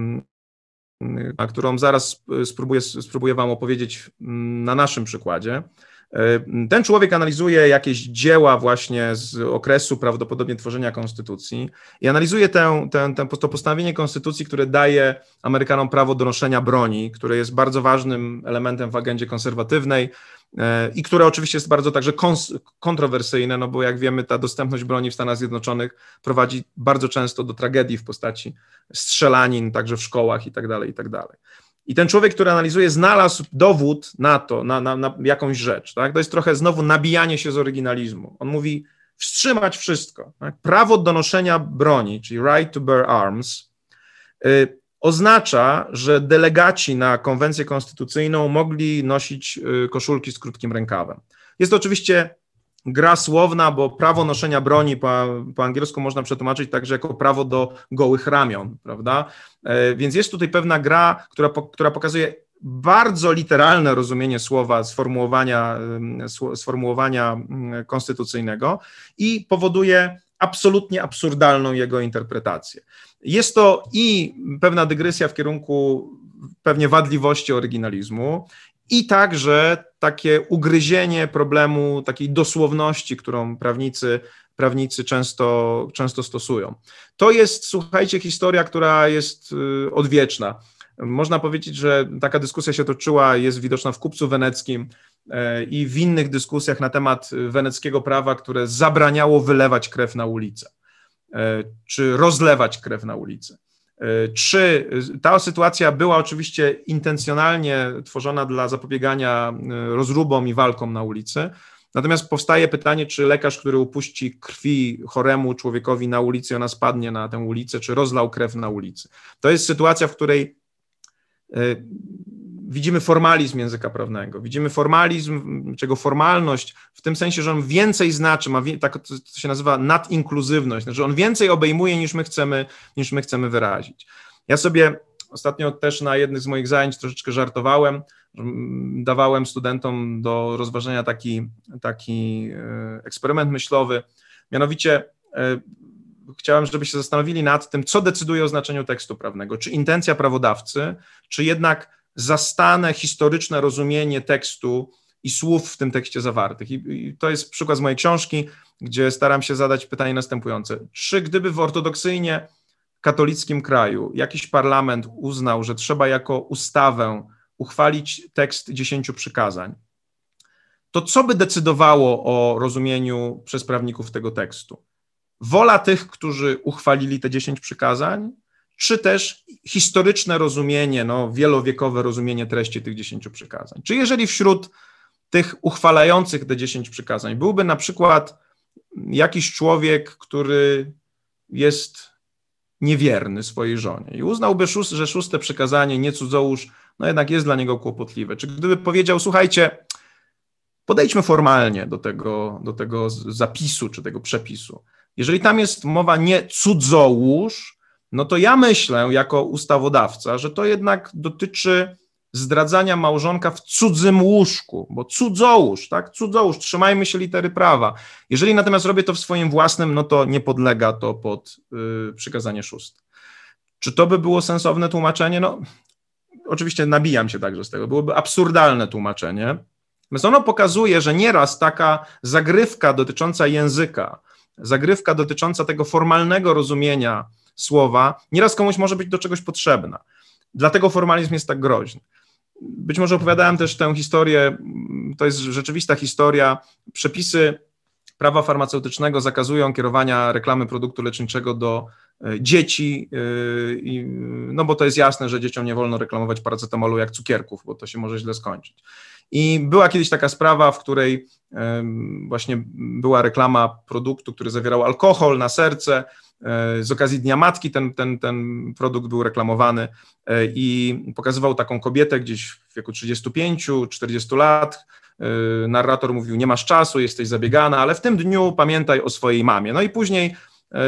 a którą zaraz spróbuję wam opowiedzieć na naszym przykładzie. Ten człowiek analizuje jakieś dzieła właśnie z okresu prawdopodobnie tworzenia konstytucji i analizuje to postanowienie konstytucji, które daje Amerykanom prawo do noszenia broni, które jest bardzo ważnym elementem w agendzie konserwatywnej i które oczywiście jest bardzo także kontrowersyjne, no bo jak wiemy, ta dostępność broni w Stanach Zjednoczonych prowadzi bardzo często do tragedii w postaci strzelanin, także w szkołach i tak dalej, i tak dalej. I ten człowiek, który analizuje, znalazł dowód na to, na jakąś rzecz. Tak? To jest trochę znowu nabijanie się z oryginalizmu. On mówi wstrzymać wszystko. Tak? Prawo do noszenia broni, czyli right to bear arms, oznacza, że delegaci na konwencję konstytucyjną mogli nosić koszulki z krótkim rękawem. Jest to oczywiście gra słowna, bo prawo noszenia broni po angielsku można przetłumaczyć także jako prawo do gołych ramion, prawda? Więc jest tutaj pewna gra, która pokazuje bardzo literalne rozumienie słowa, sformułowania konstytucyjnego i powoduje absolutnie absurdalną jego interpretację. Jest to i pewna dygresja w kierunku pewnie wadliwości oryginalizmu, i także takie ugryzienie problemu takiej dosłowności, którą prawnicy często stosują. To jest, słuchajcie, historia, która jest odwieczna. Można powiedzieć, że taka dyskusja się toczyła, jest widoczna w Kupcu Weneckim i w innych dyskusjach na temat weneckiego prawa, które zabraniało wylewać krew na ulicę, czy rozlewać krew na ulicę. Czy ta sytuacja była oczywiście intencjonalnie tworzona dla zapobiegania rozróbom i walkom na ulicy, natomiast powstaje pytanie, czy lekarz, który upuści krwi choremu człowiekowi na ulicy i ona spadnie na tę ulicę, czy rozlał krew na ulicy. To jest sytuacja, w której widzimy formalizm języka prawnego, widzimy formalizm, czego formalność w tym sensie, że on więcej znaczy, tak to się nazywa nadinkluzywność, znaczy on więcej obejmuje niż my chcemy wyrazić. Ja sobie ostatnio też na jednych z moich zajęć troszeczkę żartowałem, dawałem studentom do rozważenia taki eksperyment myślowy, mianowicie chciałem, żeby się zastanowili nad tym, co decyduje o znaczeniu tekstu prawnego, czy intencja prawodawcy, czy jednak zastane historyczne rozumienie tekstu i słów w tym tekście zawartych. I to jest przykład z mojej książki, gdzie staram się zadać pytanie następujące. Czy gdyby w ortodoksyjnie katolickim kraju jakiś parlament uznał, że trzeba jako ustawę uchwalić tekst 10 przykazań, to co by decydowało o rozumieniu przez prawników tego tekstu? Wola tych, którzy uchwalili te 10 przykazań, czy też historyczne rozumienie, wielowiekowe rozumienie treści tych 10 przykazań? Czy jeżeli wśród tych uchwalających te 10 przykazań byłby na przykład jakiś człowiek, który jest niewierny swojej żonie i uznałby, że 6 przykazanie, nie cudzołóż, jednak jest dla niego kłopotliwe. Czy gdyby powiedział, słuchajcie, podejdźmy formalnie do tego zapisu czy tego przepisu. Jeżeli tam jest mowa nie cudzołóż, to ja myślę jako ustawodawca, że to jednak dotyczy zdradzania małżonka w cudzym łóżku, bo cudzołóż, tak? Cudzołóż, trzymajmy się litery prawa. Jeżeli natomiast robię to w swoim własnym, no to nie podlega to pod przykazanie 6. Czy to by było sensowne tłumaczenie? No, oczywiście nabijam się także z tego. Byłoby absurdalne tłumaczenie. Natomiast ono pokazuje, że nieraz taka zagrywka dotycząca języka, zagrywka dotycząca tego formalnego rozumienia słowa, nieraz komuś może być do czegoś potrzebna. Dlatego formalizm jest tak groźny. Być może opowiadałem też tę historię, to jest rzeczywista historia. Przepisy prawa farmaceutycznego zakazują kierowania reklamy produktu leczniczego do dzieci, no bo to jest jasne, że dzieciom nie wolno reklamować paracetamolu jak cukierków, bo to się może źle skończyć. I była kiedyś taka sprawa, w której właśnie była reklama produktu, który zawierał alkohol na serce. Z okazji Dnia Matki ten produkt był reklamowany i pokazywał taką kobietę gdzieś w wieku 35-40 lat. Narrator mówił, nie masz czasu, jesteś zabiegana, ale w tym dniu pamiętaj o swojej mamie. No i później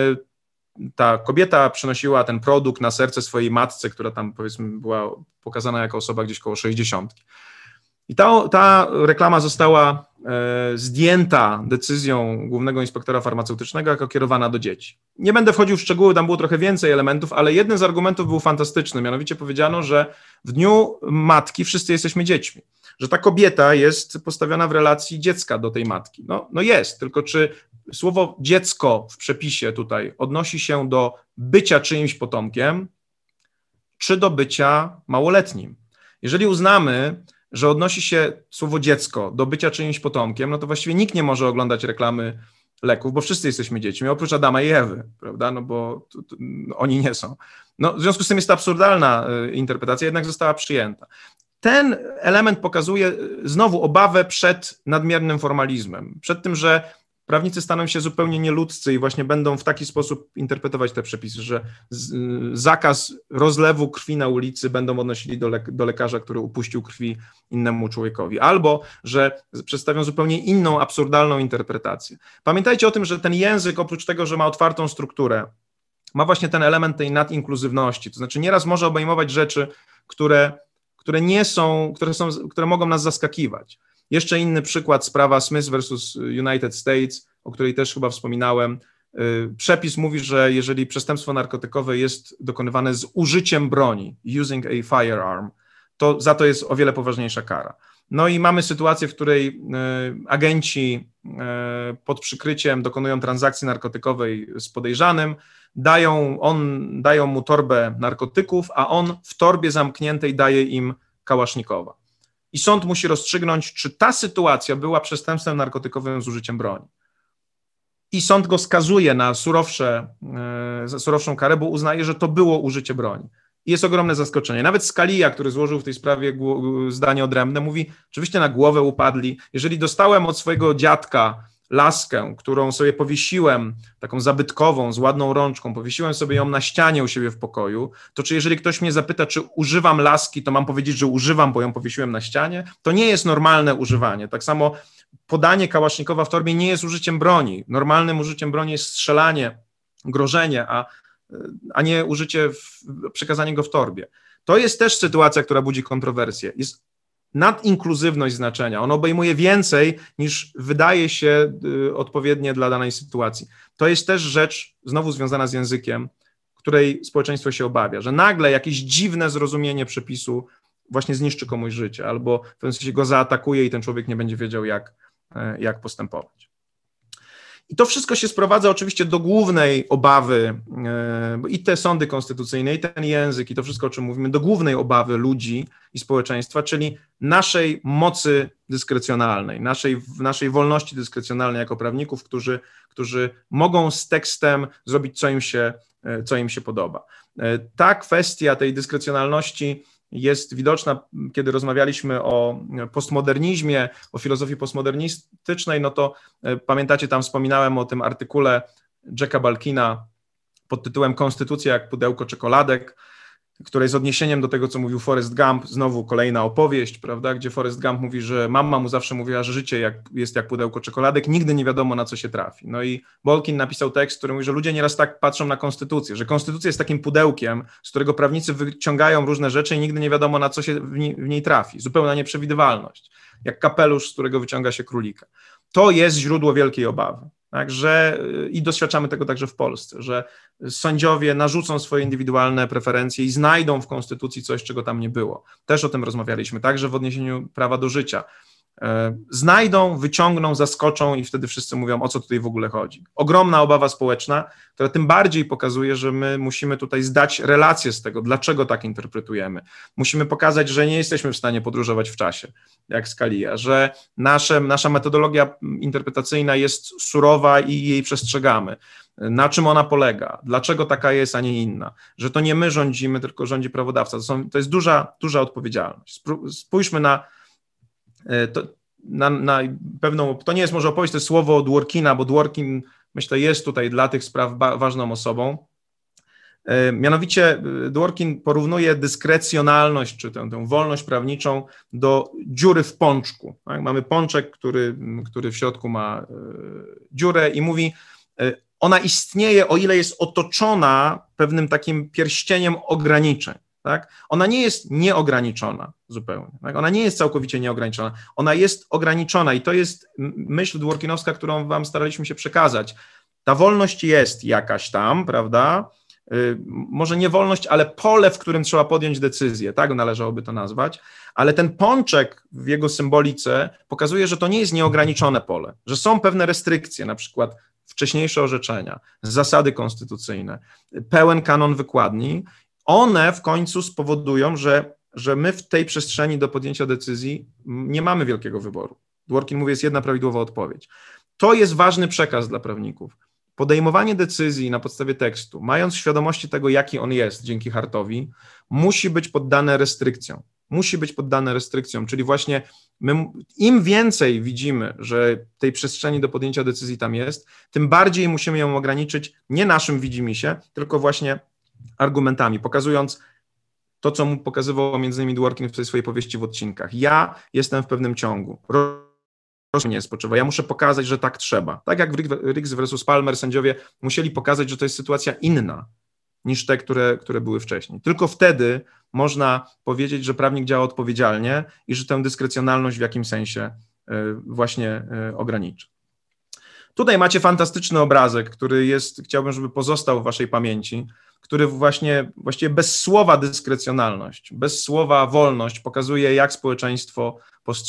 ta kobieta przynosiła ten produkt na serce swojej matce, która tam powiedzmy była pokazana jako osoba gdzieś koło 60. I ta reklama została zdjęta decyzją Głównego Inspektora Farmaceutycznego jako kierowana do dzieci. Nie będę wchodził w szczegóły, tam było trochę więcej elementów, ale jeden z argumentów był fantastyczny, mianowicie powiedziano, że w dniu matki wszyscy jesteśmy dziećmi, że ta kobieta jest postawiona w relacji dziecka do tej matki. No jest, tylko czy słowo dziecko w przepisie tutaj odnosi się do bycia czyimś potomkiem, czy do bycia małoletnim? Jeżeli uznamy, że odnosi się słowo dziecko do bycia czyimś potomkiem, no to właściwie nikt nie może oglądać reklamy leków, bo wszyscy jesteśmy dziećmi, oprócz Adama i Ewy, prawda, no bo oni nie są. No, w związku z tym jest to absurdalna interpretacja, jednak została przyjęta. Ten element pokazuje znowu obawę przed nadmiernym formalizmem, przed tym, że prawnicy staną się zupełnie nieludzcy i właśnie będą w taki sposób interpretować te przepisy, że zakaz rozlewu krwi na ulicy będą odnosili do lekarza, który upuścił krwi innemu człowiekowi, albo że przedstawią zupełnie inną, absurdalną interpretację. Pamiętajcie o tym, że ten język, oprócz tego, że ma otwartą strukturę, ma właśnie ten element tej nadinkluzywności, to znaczy nieraz może obejmować rzeczy, które mogą nas zaskakiwać. Jeszcze inny przykład, sprawa Smith versus United States, o której też chyba wspominałem. Przepis mówi, że jeżeli przestępstwo narkotykowe jest dokonywane z użyciem broni, using a firearm, to za to jest o wiele poważniejsza kara. No i mamy sytuację, w której agenci pod przykryciem dokonują transakcji narkotykowej z podejrzanym, dają mu torbę narkotyków, a on w torbie zamkniętej daje im kałasznikowa. I sąd musi rozstrzygnąć, czy ta sytuacja była przestępstwem narkotykowym z użyciem broni. I sąd go skazuje na surowszą karę, bo uznaje, że to było użycie broni. I jest ogromne zaskoczenie. Nawet Scalia, który złożył w tej sprawie zdanie odrębne, mówi, oczywiście na głowę upadli. Jeżeli dostałem od swojego dziadka laskę, którą sobie powiesiłem, taką zabytkową, z ładną rączką, powiesiłem sobie ją na ścianie u siebie w pokoju, to czy jeżeli ktoś mnie zapyta, czy używam laski, to mam powiedzieć, że używam, bo ją powiesiłem na ścianie? To nie jest normalne używanie. Tak samo podanie kałasznikowa w torbie nie jest użyciem broni. Normalnym użyciem broni jest strzelanie, grożenie, a nie przekazanie go w torbie. To jest też sytuacja, która budzi kontrowersję. Jest nadinkluzywność znaczenia. On obejmuje więcej niż wydaje się odpowiednie dla danej sytuacji. To jest też rzecz znowu związana z językiem, której społeczeństwo się obawia, że nagle jakieś dziwne zrozumienie przepisu właśnie zniszczy komuś życie albo w pewnym sensie go zaatakuje i ten człowiek nie będzie wiedział, jak postępować. I to wszystko się sprowadza oczywiście do głównej obawy, i te sądy konstytucyjne, i ten język, i to wszystko, o czym mówimy, do głównej obawy ludzi i społeczeństwa, czyli naszej mocy dyskrecjonalnej, naszej wolności dyskrecjonalnej jako prawników, którzy mogą z tekstem zrobić, co im się podoba. Ta kwestia tej dyskrecjonalności jest widoczna, kiedy rozmawialiśmy o postmodernizmie, o filozofii postmodernistycznej, no to pamiętacie, tam wspominałem o tym artykule Jacka Balkina pod tytułem Konstytucja jak pudełko czekoladek. która jest odniesieniem do tego, co mówił Forrest Gump, znowu kolejna opowieść, prawda, gdzie Forrest Gump mówi, że mama mu zawsze mówiła, że życie jest jak pudełko czekoladek, nigdy nie wiadomo, na co się trafi. No i Bolkin napisał tekst, który mówi, że ludzie nieraz tak patrzą na konstytucję, że konstytucja jest takim pudełkiem, z którego prawnicy wyciągają różne rzeczy i nigdy nie wiadomo, na co się w niej trafi. Zupełna nieprzewidywalność, jak kapelusz, z którego wyciąga się królika. To jest źródło wielkiej obawy. Także i doświadczamy tego także w Polsce, że sędziowie narzucą swoje indywidualne preferencje i znajdą w konstytucji coś, czego tam nie było. Też o tym rozmawialiśmy, także w odniesieniu prawa do życia. Znajdą, wyciągną, zaskoczą i wtedy wszyscy mówią, o co tutaj w ogóle chodzi. Ogromna obawa społeczna, która tym bardziej pokazuje, że my musimy tutaj zdać relację z tego, dlaczego tak interpretujemy. Musimy pokazać, że nie jesteśmy w stanie podróżować w czasie, jak Scalia, że nasza metodologia interpretacyjna jest surowa i jej przestrzegamy. Na czym ona polega, dlaczego taka jest, a nie inna, że to nie my rządzimy, tylko rządzi prawodawca. To jest duża odpowiedzialność. Spójrzmy na pewną, to nie jest może opowieść, to jest słowo Dworkina, bo Dworkin, myślę, jest tutaj dla tych spraw ważną osobą. Mianowicie Dworkin porównuje dyskrecjonalność, czy tę wolność prawniczą do dziury w pączku. Tak? Mamy pączek, który w środku ma dziurę i mówi, ona istnieje, o ile jest otoczona pewnym takim pierścieniem ograniczeń. Tak? Ona nie jest nieograniczona zupełnie. Tak? Ona nie jest całkowicie nieograniczona. Ona jest ograniczona i to jest myśl dworkinowska, którą wam staraliśmy się przekazać. Ta wolność jest jakaś tam, prawda? Może nie wolność, ale pole, w którym trzeba podjąć decyzję, tak należałoby to nazwać, ale ten pączek w jego symbolice pokazuje, że to nie jest nieograniczone pole, że są pewne restrykcje, na przykład wcześniejsze orzeczenia, zasady konstytucyjne, pełen kanon wykładni. One w końcu spowodują, że my w tej przestrzeni do podjęcia decyzji nie mamy wielkiego wyboru. Dworkin mówi, jest jedna prawidłowa odpowiedź. To jest ważny przekaz dla prawników. Podejmowanie decyzji na podstawie tekstu, mając świadomości tego, jaki on jest dzięki Hartowi, musi być poddane restrykcjom. Musi być poddane restrykcjom, czyli właśnie im więcej widzimy, że tej przestrzeni do podjęcia decyzji tam jest, tym bardziej musimy ją ograniczyć nie naszym widzimisię, tylko właśnie argumentami, pokazując to, co mu pokazywał między innymi Dworkin w tej swojej powieści w odcinkach. Ja jestem w pewnym ciągu. Nie spoczywa. Ja muszę pokazać, że tak trzeba. Tak jak w Riggs versus Palmer sędziowie musieli pokazać, że to jest sytuacja inna niż te, które były wcześniej. Tylko wtedy można powiedzieć, że prawnik działa odpowiedzialnie i że tę dyskrecjonalność w jakimś sensie właśnie ograniczy. Tutaj macie fantastyczny obrazek, który jest, chciałbym, żeby pozostał w waszej pamięci, który właściwie bez słowa dyskrecjonalność, bez słowa wolność pokazuje, jak społeczeństwo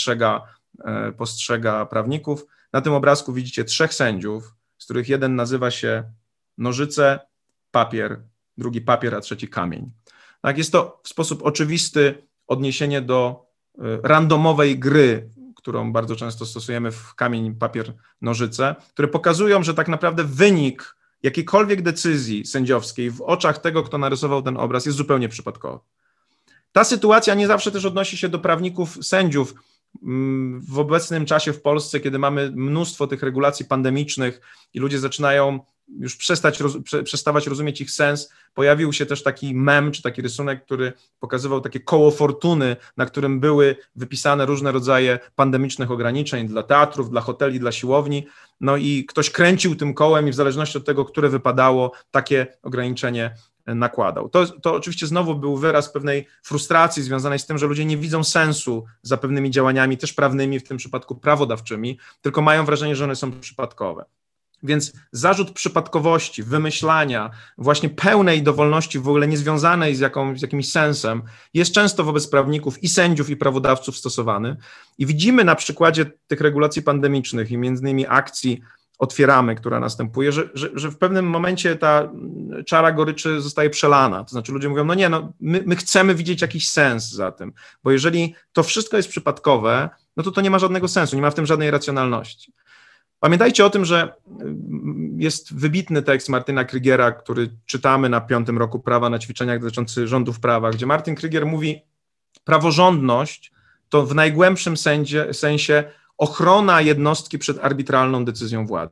postrzega prawników. Na tym obrazku widzicie 3 sędziów, z których jeden nazywa się Nożyce, Papier, drugi Papier, a trzeci Kamień. Tak, jest to w sposób oczywisty odniesienie do randomowej gry, którą bardzo często stosujemy w Kamień, Papier, Nożyce, które pokazują, że tak naprawdę wynik jakiejkolwiek decyzji sędziowskiej w oczach tego, kto narysował ten obraz, jest zupełnie przypadkowy. Ta sytuacja nie zawsze też odnosi się do prawników, sędziów. W obecnym czasie w Polsce, kiedy mamy mnóstwo tych regulacji pandemicznych i ludzie zaczynają już przestawać rozumieć ich sens, pojawił się też taki mem, czy taki rysunek, który pokazywał takie koło fortuny, na którym były wypisane różne rodzaje pandemicznych ograniczeń dla teatrów, dla hoteli, dla siłowni, no i ktoś kręcił tym kołem i w zależności od tego, które wypadało, takie ograniczenie nakładał. To oczywiście znowu był wyraz pewnej frustracji związanej z tym, że ludzie nie widzą sensu za pewnymi działaniami, też prawnymi, w tym przypadku prawodawczymi, tylko mają wrażenie, że one są przypadkowe. Więc zarzut przypadkowości, wymyślania, właśnie pełnej dowolności w ogóle niezwiązanej z jakimś sensem jest często wobec prawników i sędziów i prawodawców stosowany i widzimy na przykładzie tych regulacji pandemicznych i między innymi akcji Otwieramy, która następuje, że w pewnym momencie ta czara goryczy zostaje przelana. To znaczy ludzie mówią, my chcemy widzieć jakiś sens za tym, bo jeżeli to wszystko jest przypadkowe, no to nie ma żadnego sensu, nie ma w tym żadnej racjonalności. Pamiętajcie o tym, że jest wybitny tekst Martina Krygiera, który czytamy na 5. roku prawa na ćwiczeniach dotyczący rządów prawa, gdzie Martin Krygier mówi, praworządność to w najgłębszym sensie ochrona jednostki przed arbitralną decyzją władz.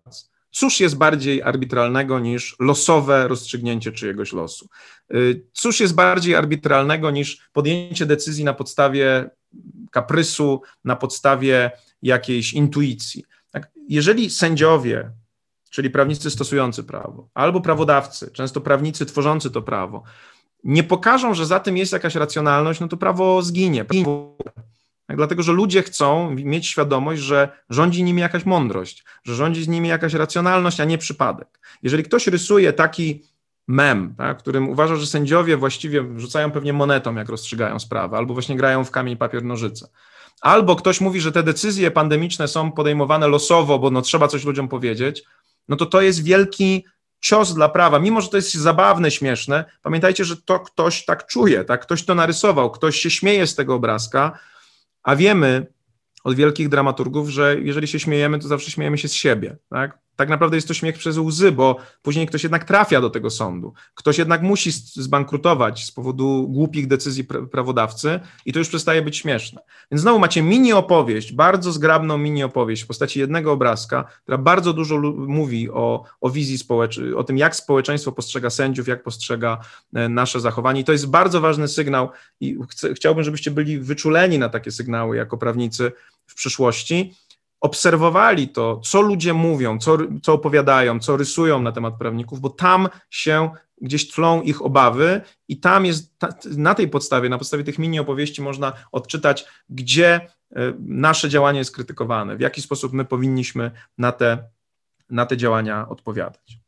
Cóż jest bardziej arbitralnego niż losowe rozstrzygnięcie czyjegoś losu? Cóż jest bardziej arbitralnego niż podjęcie decyzji na podstawie kaprysu, na podstawie jakiejś intuicji? Tak? Jeżeli sędziowie, czyli prawnicy stosujący prawo, albo prawodawcy, często prawnicy tworzący to prawo, nie pokażą, że za tym jest jakaś racjonalność, no to prawo zginie. Tak, dlatego, że ludzie chcą mieć świadomość, że rządzi nimi jakaś mądrość, że rządzi z nimi jakaś racjonalność, a nie przypadek. Jeżeli ktoś rysuje taki mem, tak, w którym uważa, że sędziowie właściwie rzucają pewnie monetą, jak rozstrzygają sprawę, albo właśnie grają w kamień, papier, nożyce, albo ktoś mówi, że te decyzje pandemiczne są podejmowane losowo, bo no trzeba coś ludziom powiedzieć, no to jest wielki cios dla prawa. Mimo że to jest zabawne, śmieszne, pamiętajcie, że to ktoś tak czuje, tak? Ktoś to narysował, ktoś się śmieje z tego obrazka, a wiemy od wielkich dramaturgów, że jeżeli się śmiejemy, to zawsze śmiejemy się z siebie, tak? Tak naprawdę jest to śmiech przez łzy, bo później ktoś jednak trafia do tego sądu. Ktoś jednak musi zbankrutować z powodu głupich decyzji prawodawcy i to już przestaje być śmieszne. Więc znowu macie mini opowieść, bardzo zgrabną mini opowieść w postaci jednego obrazka, która bardzo dużo mówi o wizji społecznej, o tym, jak społeczeństwo postrzega sędziów, jak postrzega nasze zachowanie. I to jest bardzo ważny sygnał i chciałbym, żebyście byli wyczuleni na takie sygnały jako prawnicy w przyszłości. Obserwowali to, co ludzie mówią, co opowiadają, co rysują na temat prawników, bo tam się gdzieś tlą ich obawy i tam jest, na tej podstawie, na podstawie tych mini opowieści można odczytać, gdzie nasze działanie jest krytykowane, w jaki sposób my powinniśmy na te działania odpowiadać.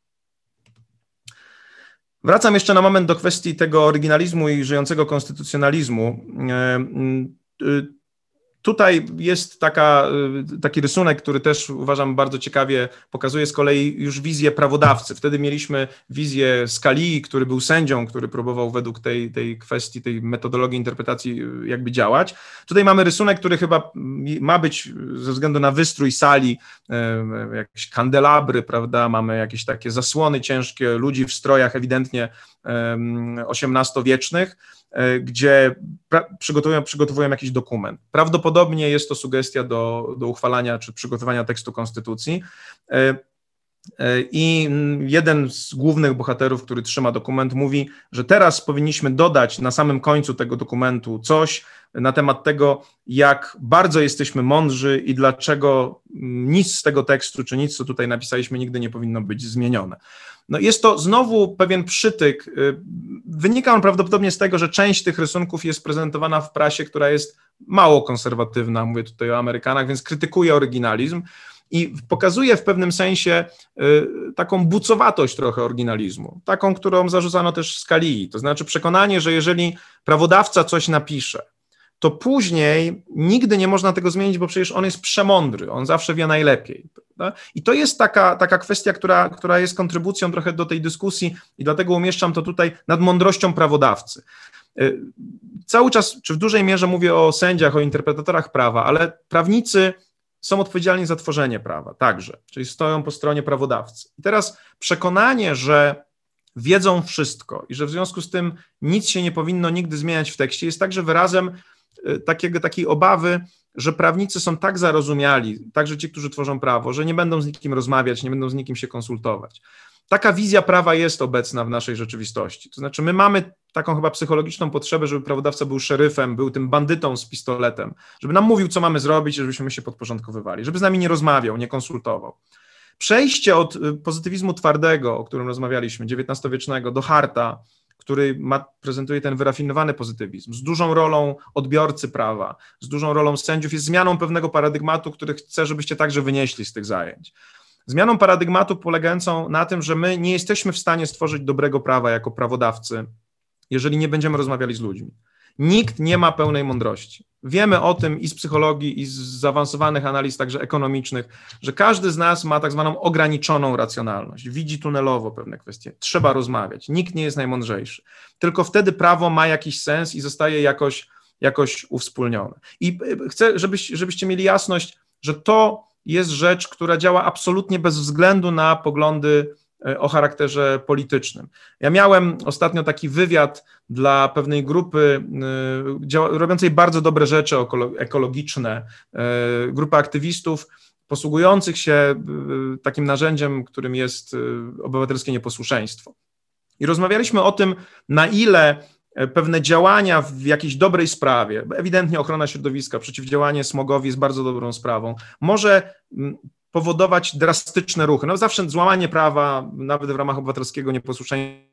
Wracam jeszcze na moment do kwestii tego oryginalizmu i żyjącego konstytucjonalizmu. Tutaj jest taki rysunek, który też uważam bardzo ciekawie pokazuje z kolei już wizję prawodawcy. Wtedy mieliśmy wizję Scalii, który był sędzią, który próbował według tej kwestii, tej metodologii interpretacji jakby działać. Tutaj mamy rysunek, który chyba ma być ze względu na wystrój sali, jakieś kandelabry, prawda, mamy jakieś takie zasłony ciężkie, ludzi w strojach ewidentnie XVIII-wiecznych, gdzie przygotowują jakiś dokument. Prawdopodobnie jest to sugestia do uchwalania czy przygotowania tekstu konstytucji. I jeden z głównych bohaterów, który trzyma dokument, mówi, że teraz powinniśmy dodać na samym końcu tego dokumentu coś na temat tego, jak bardzo jesteśmy mądrzy i dlaczego nic z tego tekstu, czy nic, co tutaj napisaliśmy, nigdy nie powinno być zmienione. No jest to znowu pewien przytyk. Wynika on prawdopodobnie z tego, że część tych rysunków jest prezentowana w prasie, która jest mało konserwatywna, mówię tutaj o Amerykanach, więc krytykuje oryginalizm i pokazuje w pewnym sensie taką bucowatość trochę oryginalizmu, taką, którą zarzucano też Scalii, to znaczy przekonanie, że jeżeli prawodawca coś napisze, to później nigdy nie można tego zmienić, bo przecież on jest przemądry, on zawsze wie najlepiej. Prawda? I to jest taka kwestia, która jest kontrybucją trochę do tej dyskusji i dlatego umieszczam to tutaj nad mądrością prawodawcy. Cały czas, czy w dużej mierze mówię o sędziach, o interpretatorach prawa, ale prawnicy są odpowiedzialni za tworzenie prawa także, czyli stoją po stronie prawodawcy. I teraz przekonanie, że wiedzą wszystko i że w związku z tym nic się nie powinno nigdy zmieniać w tekście, jest także wyrazem takiej obawy, że prawnicy są tak zarozumiali, także ci, którzy tworzą prawo, że nie będą z nikim rozmawiać, nie będą z nikim się konsultować. Taka wizja prawa jest obecna w naszej rzeczywistości. To znaczy my mamy taką chyba psychologiczną potrzebę, żeby prawodawca był szeryfem, był tym bandytą z pistoletem, żeby nam mówił, co mamy zrobić, żebyśmy się podporządkowywali, żeby z nami nie rozmawiał, nie konsultował. Przejście od pozytywizmu twardego, o którym rozmawialiśmy, XIX-wiecznego, do Harta, który prezentuje ten wyrafinowany pozytywizm, z dużą rolą odbiorcy prawa, z dużą rolą sędziów, jest zmianą pewnego paradygmatu, który chcę, żebyście także wynieśli z tych zajęć. Zmianą paradygmatu polegającą na tym, że my nie jesteśmy w stanie stworzyć dobrego prawa jako prawodawcy, jeżeli nie będziemy rozmawiali z ludźmi. Nikt nie ma pełnej mądrości. Wiemy o tym i z psychologii, i z zaawansowanych analiz także ekonomicznych, że każdy z nas ma tak zwaną ograniczoną racjonalność, widzi tunelowo pewne kwestie. Trzeba rozmawiać, nikt nie jest najmądrzejszy. Tylko wtedy prawo ma jakiś sens i zostaje jakoś uwspólnione. I chcę, żebyście mieli jasność, że to jest rzecz, która działa absolutnie bez względu na poglądy o charakterze politycznym. Ja miałem ostatnio taki wywiad dla pewnej grupy robiącej bardzo dobre rzeczy ekologiczne, grupy aktywistów posługujących się takim narzędziem, którym jest obywatelskie nieposłuszeństwo. I rozmawialiśmy o tym, na ile pewne działania w jakiejś dobrej sprawie, ewidentnie ochrona środowiska, przeciwdziałanie smogowi jest bardzo dobrą sprawą, może powodować drastyczne ruchy. No zawsze złamanie prawa, nawet w ramach obywatelskiego nieposłuszeństwa,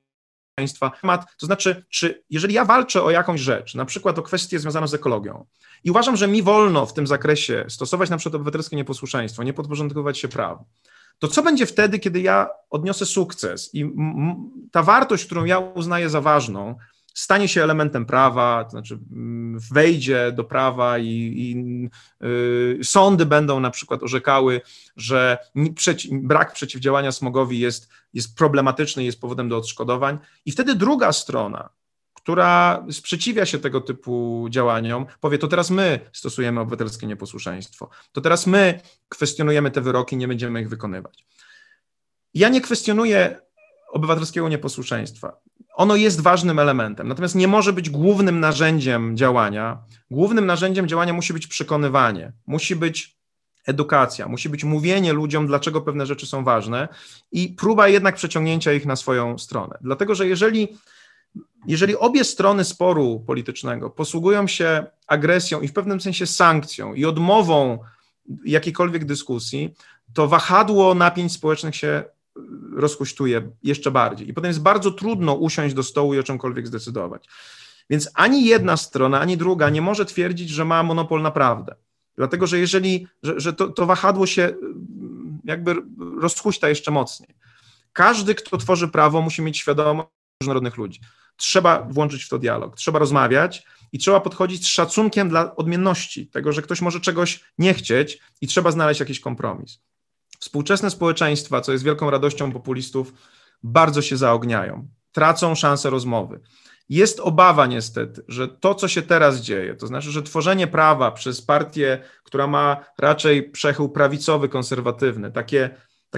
to znaczy, jeżeli ja walczę o jakąś rzecz, na przykład o kwestię związaną z ekologią i uważam, że mi wolno w tym zakresie stosować na przykład obywatelskie nieposłuszeństwo, nie podporządkowywać się prawu, to co będzie wtedy, kiedy ja odniosę sukces i ta wartość, którą ja uznaję za ważną, stanie się elementem prawa, to znaczy wejdzie do prawa i sądy będą na przykład orzekały, że brak przeciwdziałania smogowi jest problematyczny, jest powodem do odszkodowań i wtedy druga strona, która sprzeciwia się tego typu działaniom, powie, to teraz my stosujemy obywatelskie nieposłuszeństwo, to teraz my kwestionujemy te wyroki, nie będziemy ich wykonywać. Ja nie kwestionuję obywatelskiego nieposłuszeństwa. Ono jest ważnym elementem, natomiast nie może być głównym narzędziem działania. Głównym narzędziem działania musi być przekonywanie, musi być edukacja, musi być mówienie ludziom, dlaczego pewne rzeczy są ważne i próba jednak przeciągnięcia ich na swoją stronę. Dlatego, że jeżeli obie strony sporu politycznego posługują się agresją i w pewnym sensie sankcją i odmową jakiejkolwiek dyskusji, to wahadło napięć społecznych się rozhuśtuje jeszcze bardziej. I potem jest bardzo trudno usiąść do stołu i o czymkolwiek zdecydować. Więc ani jedna strona, ani druga nie może twierdzić, że ma monopol na prawdę. Dlatego, że to wahadło się jakby rozhuśta jeszcze mocniej. Każdy, kto tworzy prawo, musi mieć świadomość różnorodnych ludzi. Trzeba włączyć w to dialog, trzeba rozmawiać i trzeba podchodzić z szacunkiem dla odmienności, tego, że ktoś może czegoś nie chcieć i trzeba znaleźć jakiś kompromis. Współczesne społeczeństwa, co jest wielką radością populistów, bardzo się zaogniają, tracą szansę rozmowy. Jest obawa niestety, że to, co się teraz dzieje, to znaczy, że tworzenie prawa przez partię, która ma raczej przechył prawicowy, konserwatywny, takie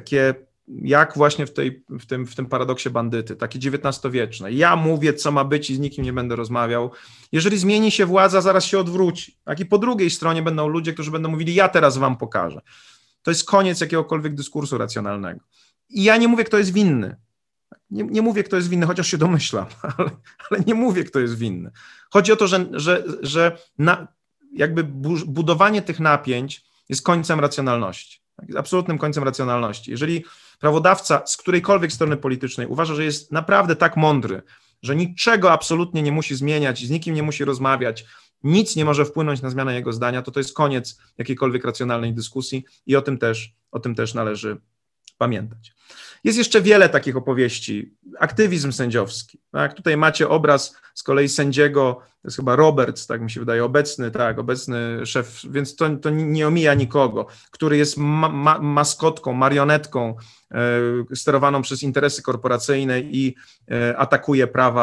jak właśnie w tym paradoksie bandyty, takie XIX-wieczne. Ja mówię, co ma być i z nikim nie będę rozmawiał. Jeżeli zmieni się władza, zaraz się odwróci. Tak? I po drugiej stronie będą ludzie, którzy będą mówili, ja teraz wam pokażę. To jest koniec jakiegokolwiek dyskursu racjonalnego. I ja nie mówię, kto jest winny. Nie mówię, kto jest winny, chociaż się domyślam, ale nie mówię, kto jest winny. Chodzi o to, że jakby budowanie tych napięć jest końcem racjonalności. Jest absolutnym końcem racjonalności. Jeżeli prawodawca z którejkolwiek strony politycznej uważa, że jest naprawdę tak mądry, że niczego absolutnie nie musi zmieniać, z nikim nie musi rozmawiać, nic nie może wpłynąć na zmianę jego zdania, to jest koniec jakiejkolwiek racjonalnej dyskusji i o tym też należy pamiętać. Jest jeszcze wiele takich opowieści. Aktywizm sędziowski. Tak? Tutaj macie obraz z kolei sędziego, to jest chyba Roberts, tak mi się wydaje, obecny szef, więc to nie omija nikogo, który jest maskotką, marionetką sterowaną przez interesy korporacyjne i atakuje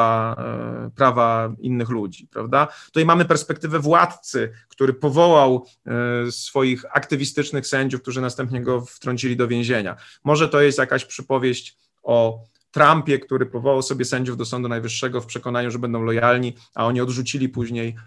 prawa innych ludzi, prawda? Tutaj mamy perspektywę władcy, który powołał swoich aktywistycznych sędziów, którzy następnie go wtrącili do więzienia. Może to jest jakaś przypowieść o Trumpie, który powołał sobie sędziów do Sądu Najwyższego w przekonaniu, że będą lojalni, a oni odrzucili później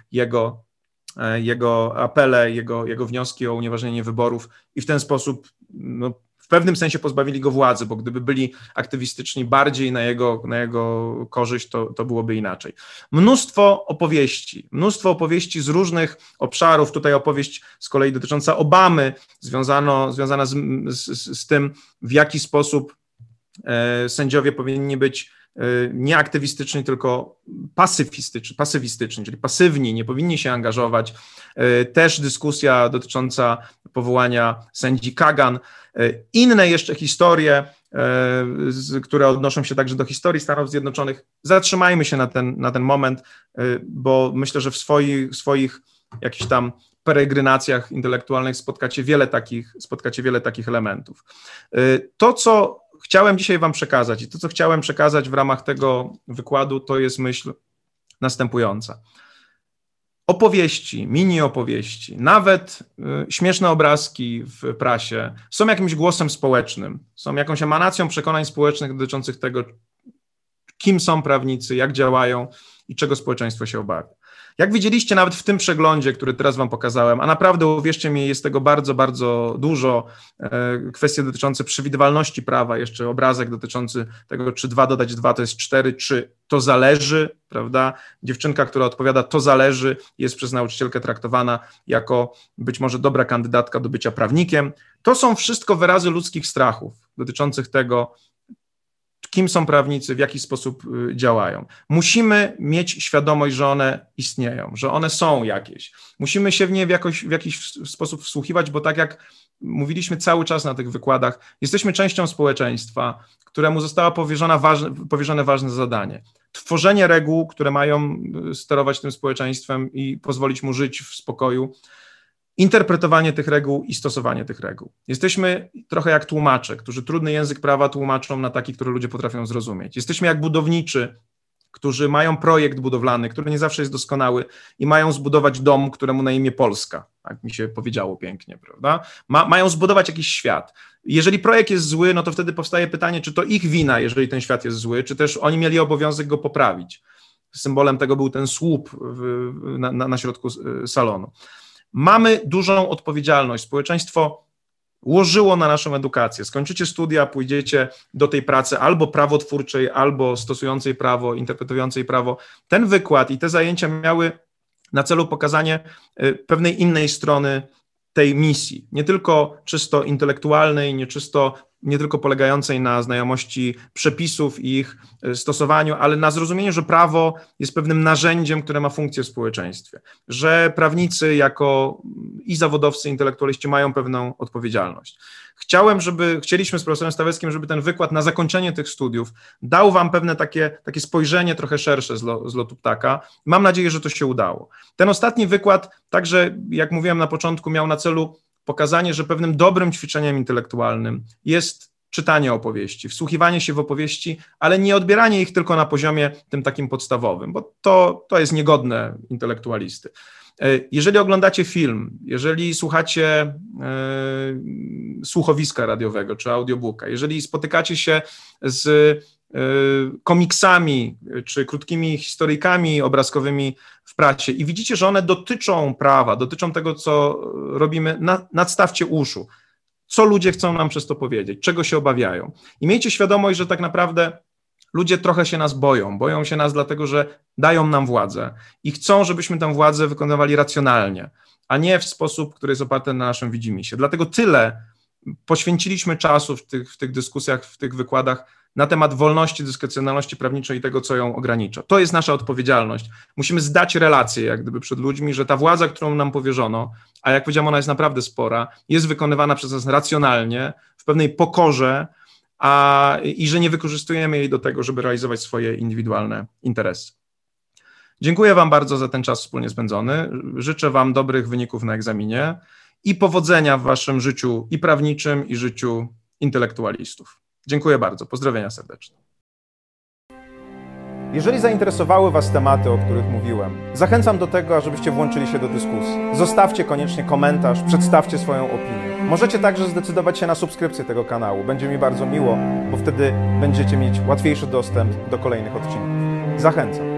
jego apele, jego wnioski o unieważnienie wyborów i w ten sposób w pewnym sensie pozbawili go władzy, bo gdyby byli aktywistyczni bardziej na jego korzyść, to byłoby inaczej. Mnóstwo opowieści z różnych obszarów. Tutaj opowieść z kolei dotycząca Obamy, związana z tym, w jaki sposób sędziowie powinni być nie aktywistyczni, tylko pasywistyczni, czyli pasywni, nie powinni się angażować. Też dyskusja dotycząca powołania sędzi Kagan. Inne jeszcze historie, które odnoszą się także do historii Stanów Zjednoczonych. Zatrzymajmy się na ten moment, bo myślę, że w swoich jakichś tam peregrinacjach intelektualnych spotkacie wiele takich elementów. To, co chciałem dzisiaj wam przekazać i to, co chciałem przekazać w ramach tego wykładu, to jest myśl następująca. Opowieści, mini opowieści, nawet śmieszne obrazki w prasie są jakimś głosem społecznym, są jakąś emanacją przekonań społecznych dotyczących tego, kim są prawnicy, jak działają i czego społeczeństwo się obawia. Jak widzieliście nawet w tym przeglądzie, który teraz wam pokazałem, a naprawdę uwierzcie mi, jest tego bardzo, bardzo dużo, kwestie dotyczące przewidywalności prawa, jeszcze obrazek dotyczący tego, czy 2 dodać 2 to jest 4, czy to zależy, prawda? Dziewczynka, która odpowiada to zależy, jest przez nauczycielkę traktowana jako być może dobra kandydatka do bycia prawnikiem. To są wszystko wyrazy ludzkich strachów dotyczących tego, kim są prawnicy, w jaki sposób działają. Musimy mieć świadomość, że one istnieją, że one są jakieś. Musimy się w nie w jakiś sposób wsłuchiwać, bo tak jak mówiliśmy cały czas na tych wykładach, jesteśmy częścią społeczeństwa, któremu zostało powierzone ważne zadanie. Tworzenie reguł, które mają sterować tym społeczeństwem i pozwolić mu żyć w spokoju, interpretowanie tych reguł i stosowanie tych reguł. Jesteśmy trochę jak tłumacze, którzy trudny język prawa tłumaczą na taki, który ludzie potrafią zrozumieć. Jesteśmy jak budowniczy, którzy mają projekt budowlany, który nie zawsze jest doskonały i mają zbudować dom, któremu na imię Polska, tak mi się powiedziało pięknie, prawda? Mają zbudować jakiś świat. Jeżeli projekt jest zły, no to wtedy powstaje pytanie, czy to ich wina, jeżeli ten świat jest zły, czy też oni mieli obowiązek go poprawić. Symbolem tego był ten słup na środku salonu. Mamy dużą odpowiedzialność. Społeczeństwo łożyło na naszą edukację. Skończycie studia, pójdziecie do tej pracy albo prawotwórczej, albo stosującej prawo, interpretującej prawo. Ten wykład i te zajęcia miały na celu pokazanie pewnej innej strony tej misji. Nie tylko czysto intelektualnej, nie tylko polegającej na znajomości przepisów i ich stosowaniu, ale na zrozumieniu, że prawo jest pewnym narzędziem, które ma funkcję w społeczeństwie, że prawnicy jako i zawodowcy, intelektualiści mają pewną odpowiedzialność. Chcieliśmy z profesorem Staweckim, żeby ten wykład na zakończenie tych studiów dał wam pewne takie spojrzenie trochę szersze z lotu ptaka. Mam nadzieję, że to się udało. Ten ostatni wykład, także jak mówiłem na początku, miał na celu pokazanie, że pewnym dobrym ćwiczeniem intelektualnym jest czytanie opowieści, wsłuchiwanie się w opowieści, ale nie odbieranie ich tylko na poziomie tym takim podstawowym, bo to jest niegodne intelektualisty. Jeżeli oglądacie film, jeżeli słuchacie słuchowiska radiowego czy audiobooka, jeżeli spotykacie się z komiksami czy krótkimi historyjkami obrazkowymi w prasie i widzicie, że one dotyczą prawa, dotyczą tego, co robimy, nadstawcie uszu. Co ludzie chcą nam przez to powiedzieć, czego się obawiają. I miejcie świadomość, że tak naprawdę ludzie trochę się nas boją. Boją się nas dlatego, że dają nam władzę i chcą, żebyśmy tę władzę wykonywali racjonalnie, a nie w sposób, który jest oparty na naszym widzimisię. Dlatego tyle poświęciliśmy czasu w tych dyskusjach, w tych wykładach na temat wolności, dyskrecjonalności prawniczej i tego, co ją ogranicza. To jest nasza odpowiedzialność. Musimy zdać relację jak gdyby przed ludźmi, że ta władza, którą nam powierzono, a jak powiedziałem, ona jest naprawdę spora, jest wykonywana przez nas racjonalnie, w pewnej pokorze, i że nie wykorzystujemy jej do tego, żeby realizować swoje indywidualne interesy. Dziękuję wam bardzo za ten czas wspólnie spędzony. Życzę wam dobrych wyników na egzaminie i powodzenia w waszym życiu i prawniczym, i życiu intelektualistów. Dziękuję bardzo. Pozdrowienia serdeczne. Jeżeli zainteresowały was tematy, o których mówiłem, zachęcam do tego, ażebyście włączyli się do dyskusji. Zostawcie koniecznie komentarz, przedstawcie swoją opinię. Możecie także zdecydować się na subskrypcję tego kanału. Będzie mi bardzo miło, bo wtedy będziecie mieć łatwiejszy dostęp do kolejnych odcinków. Zachęcam.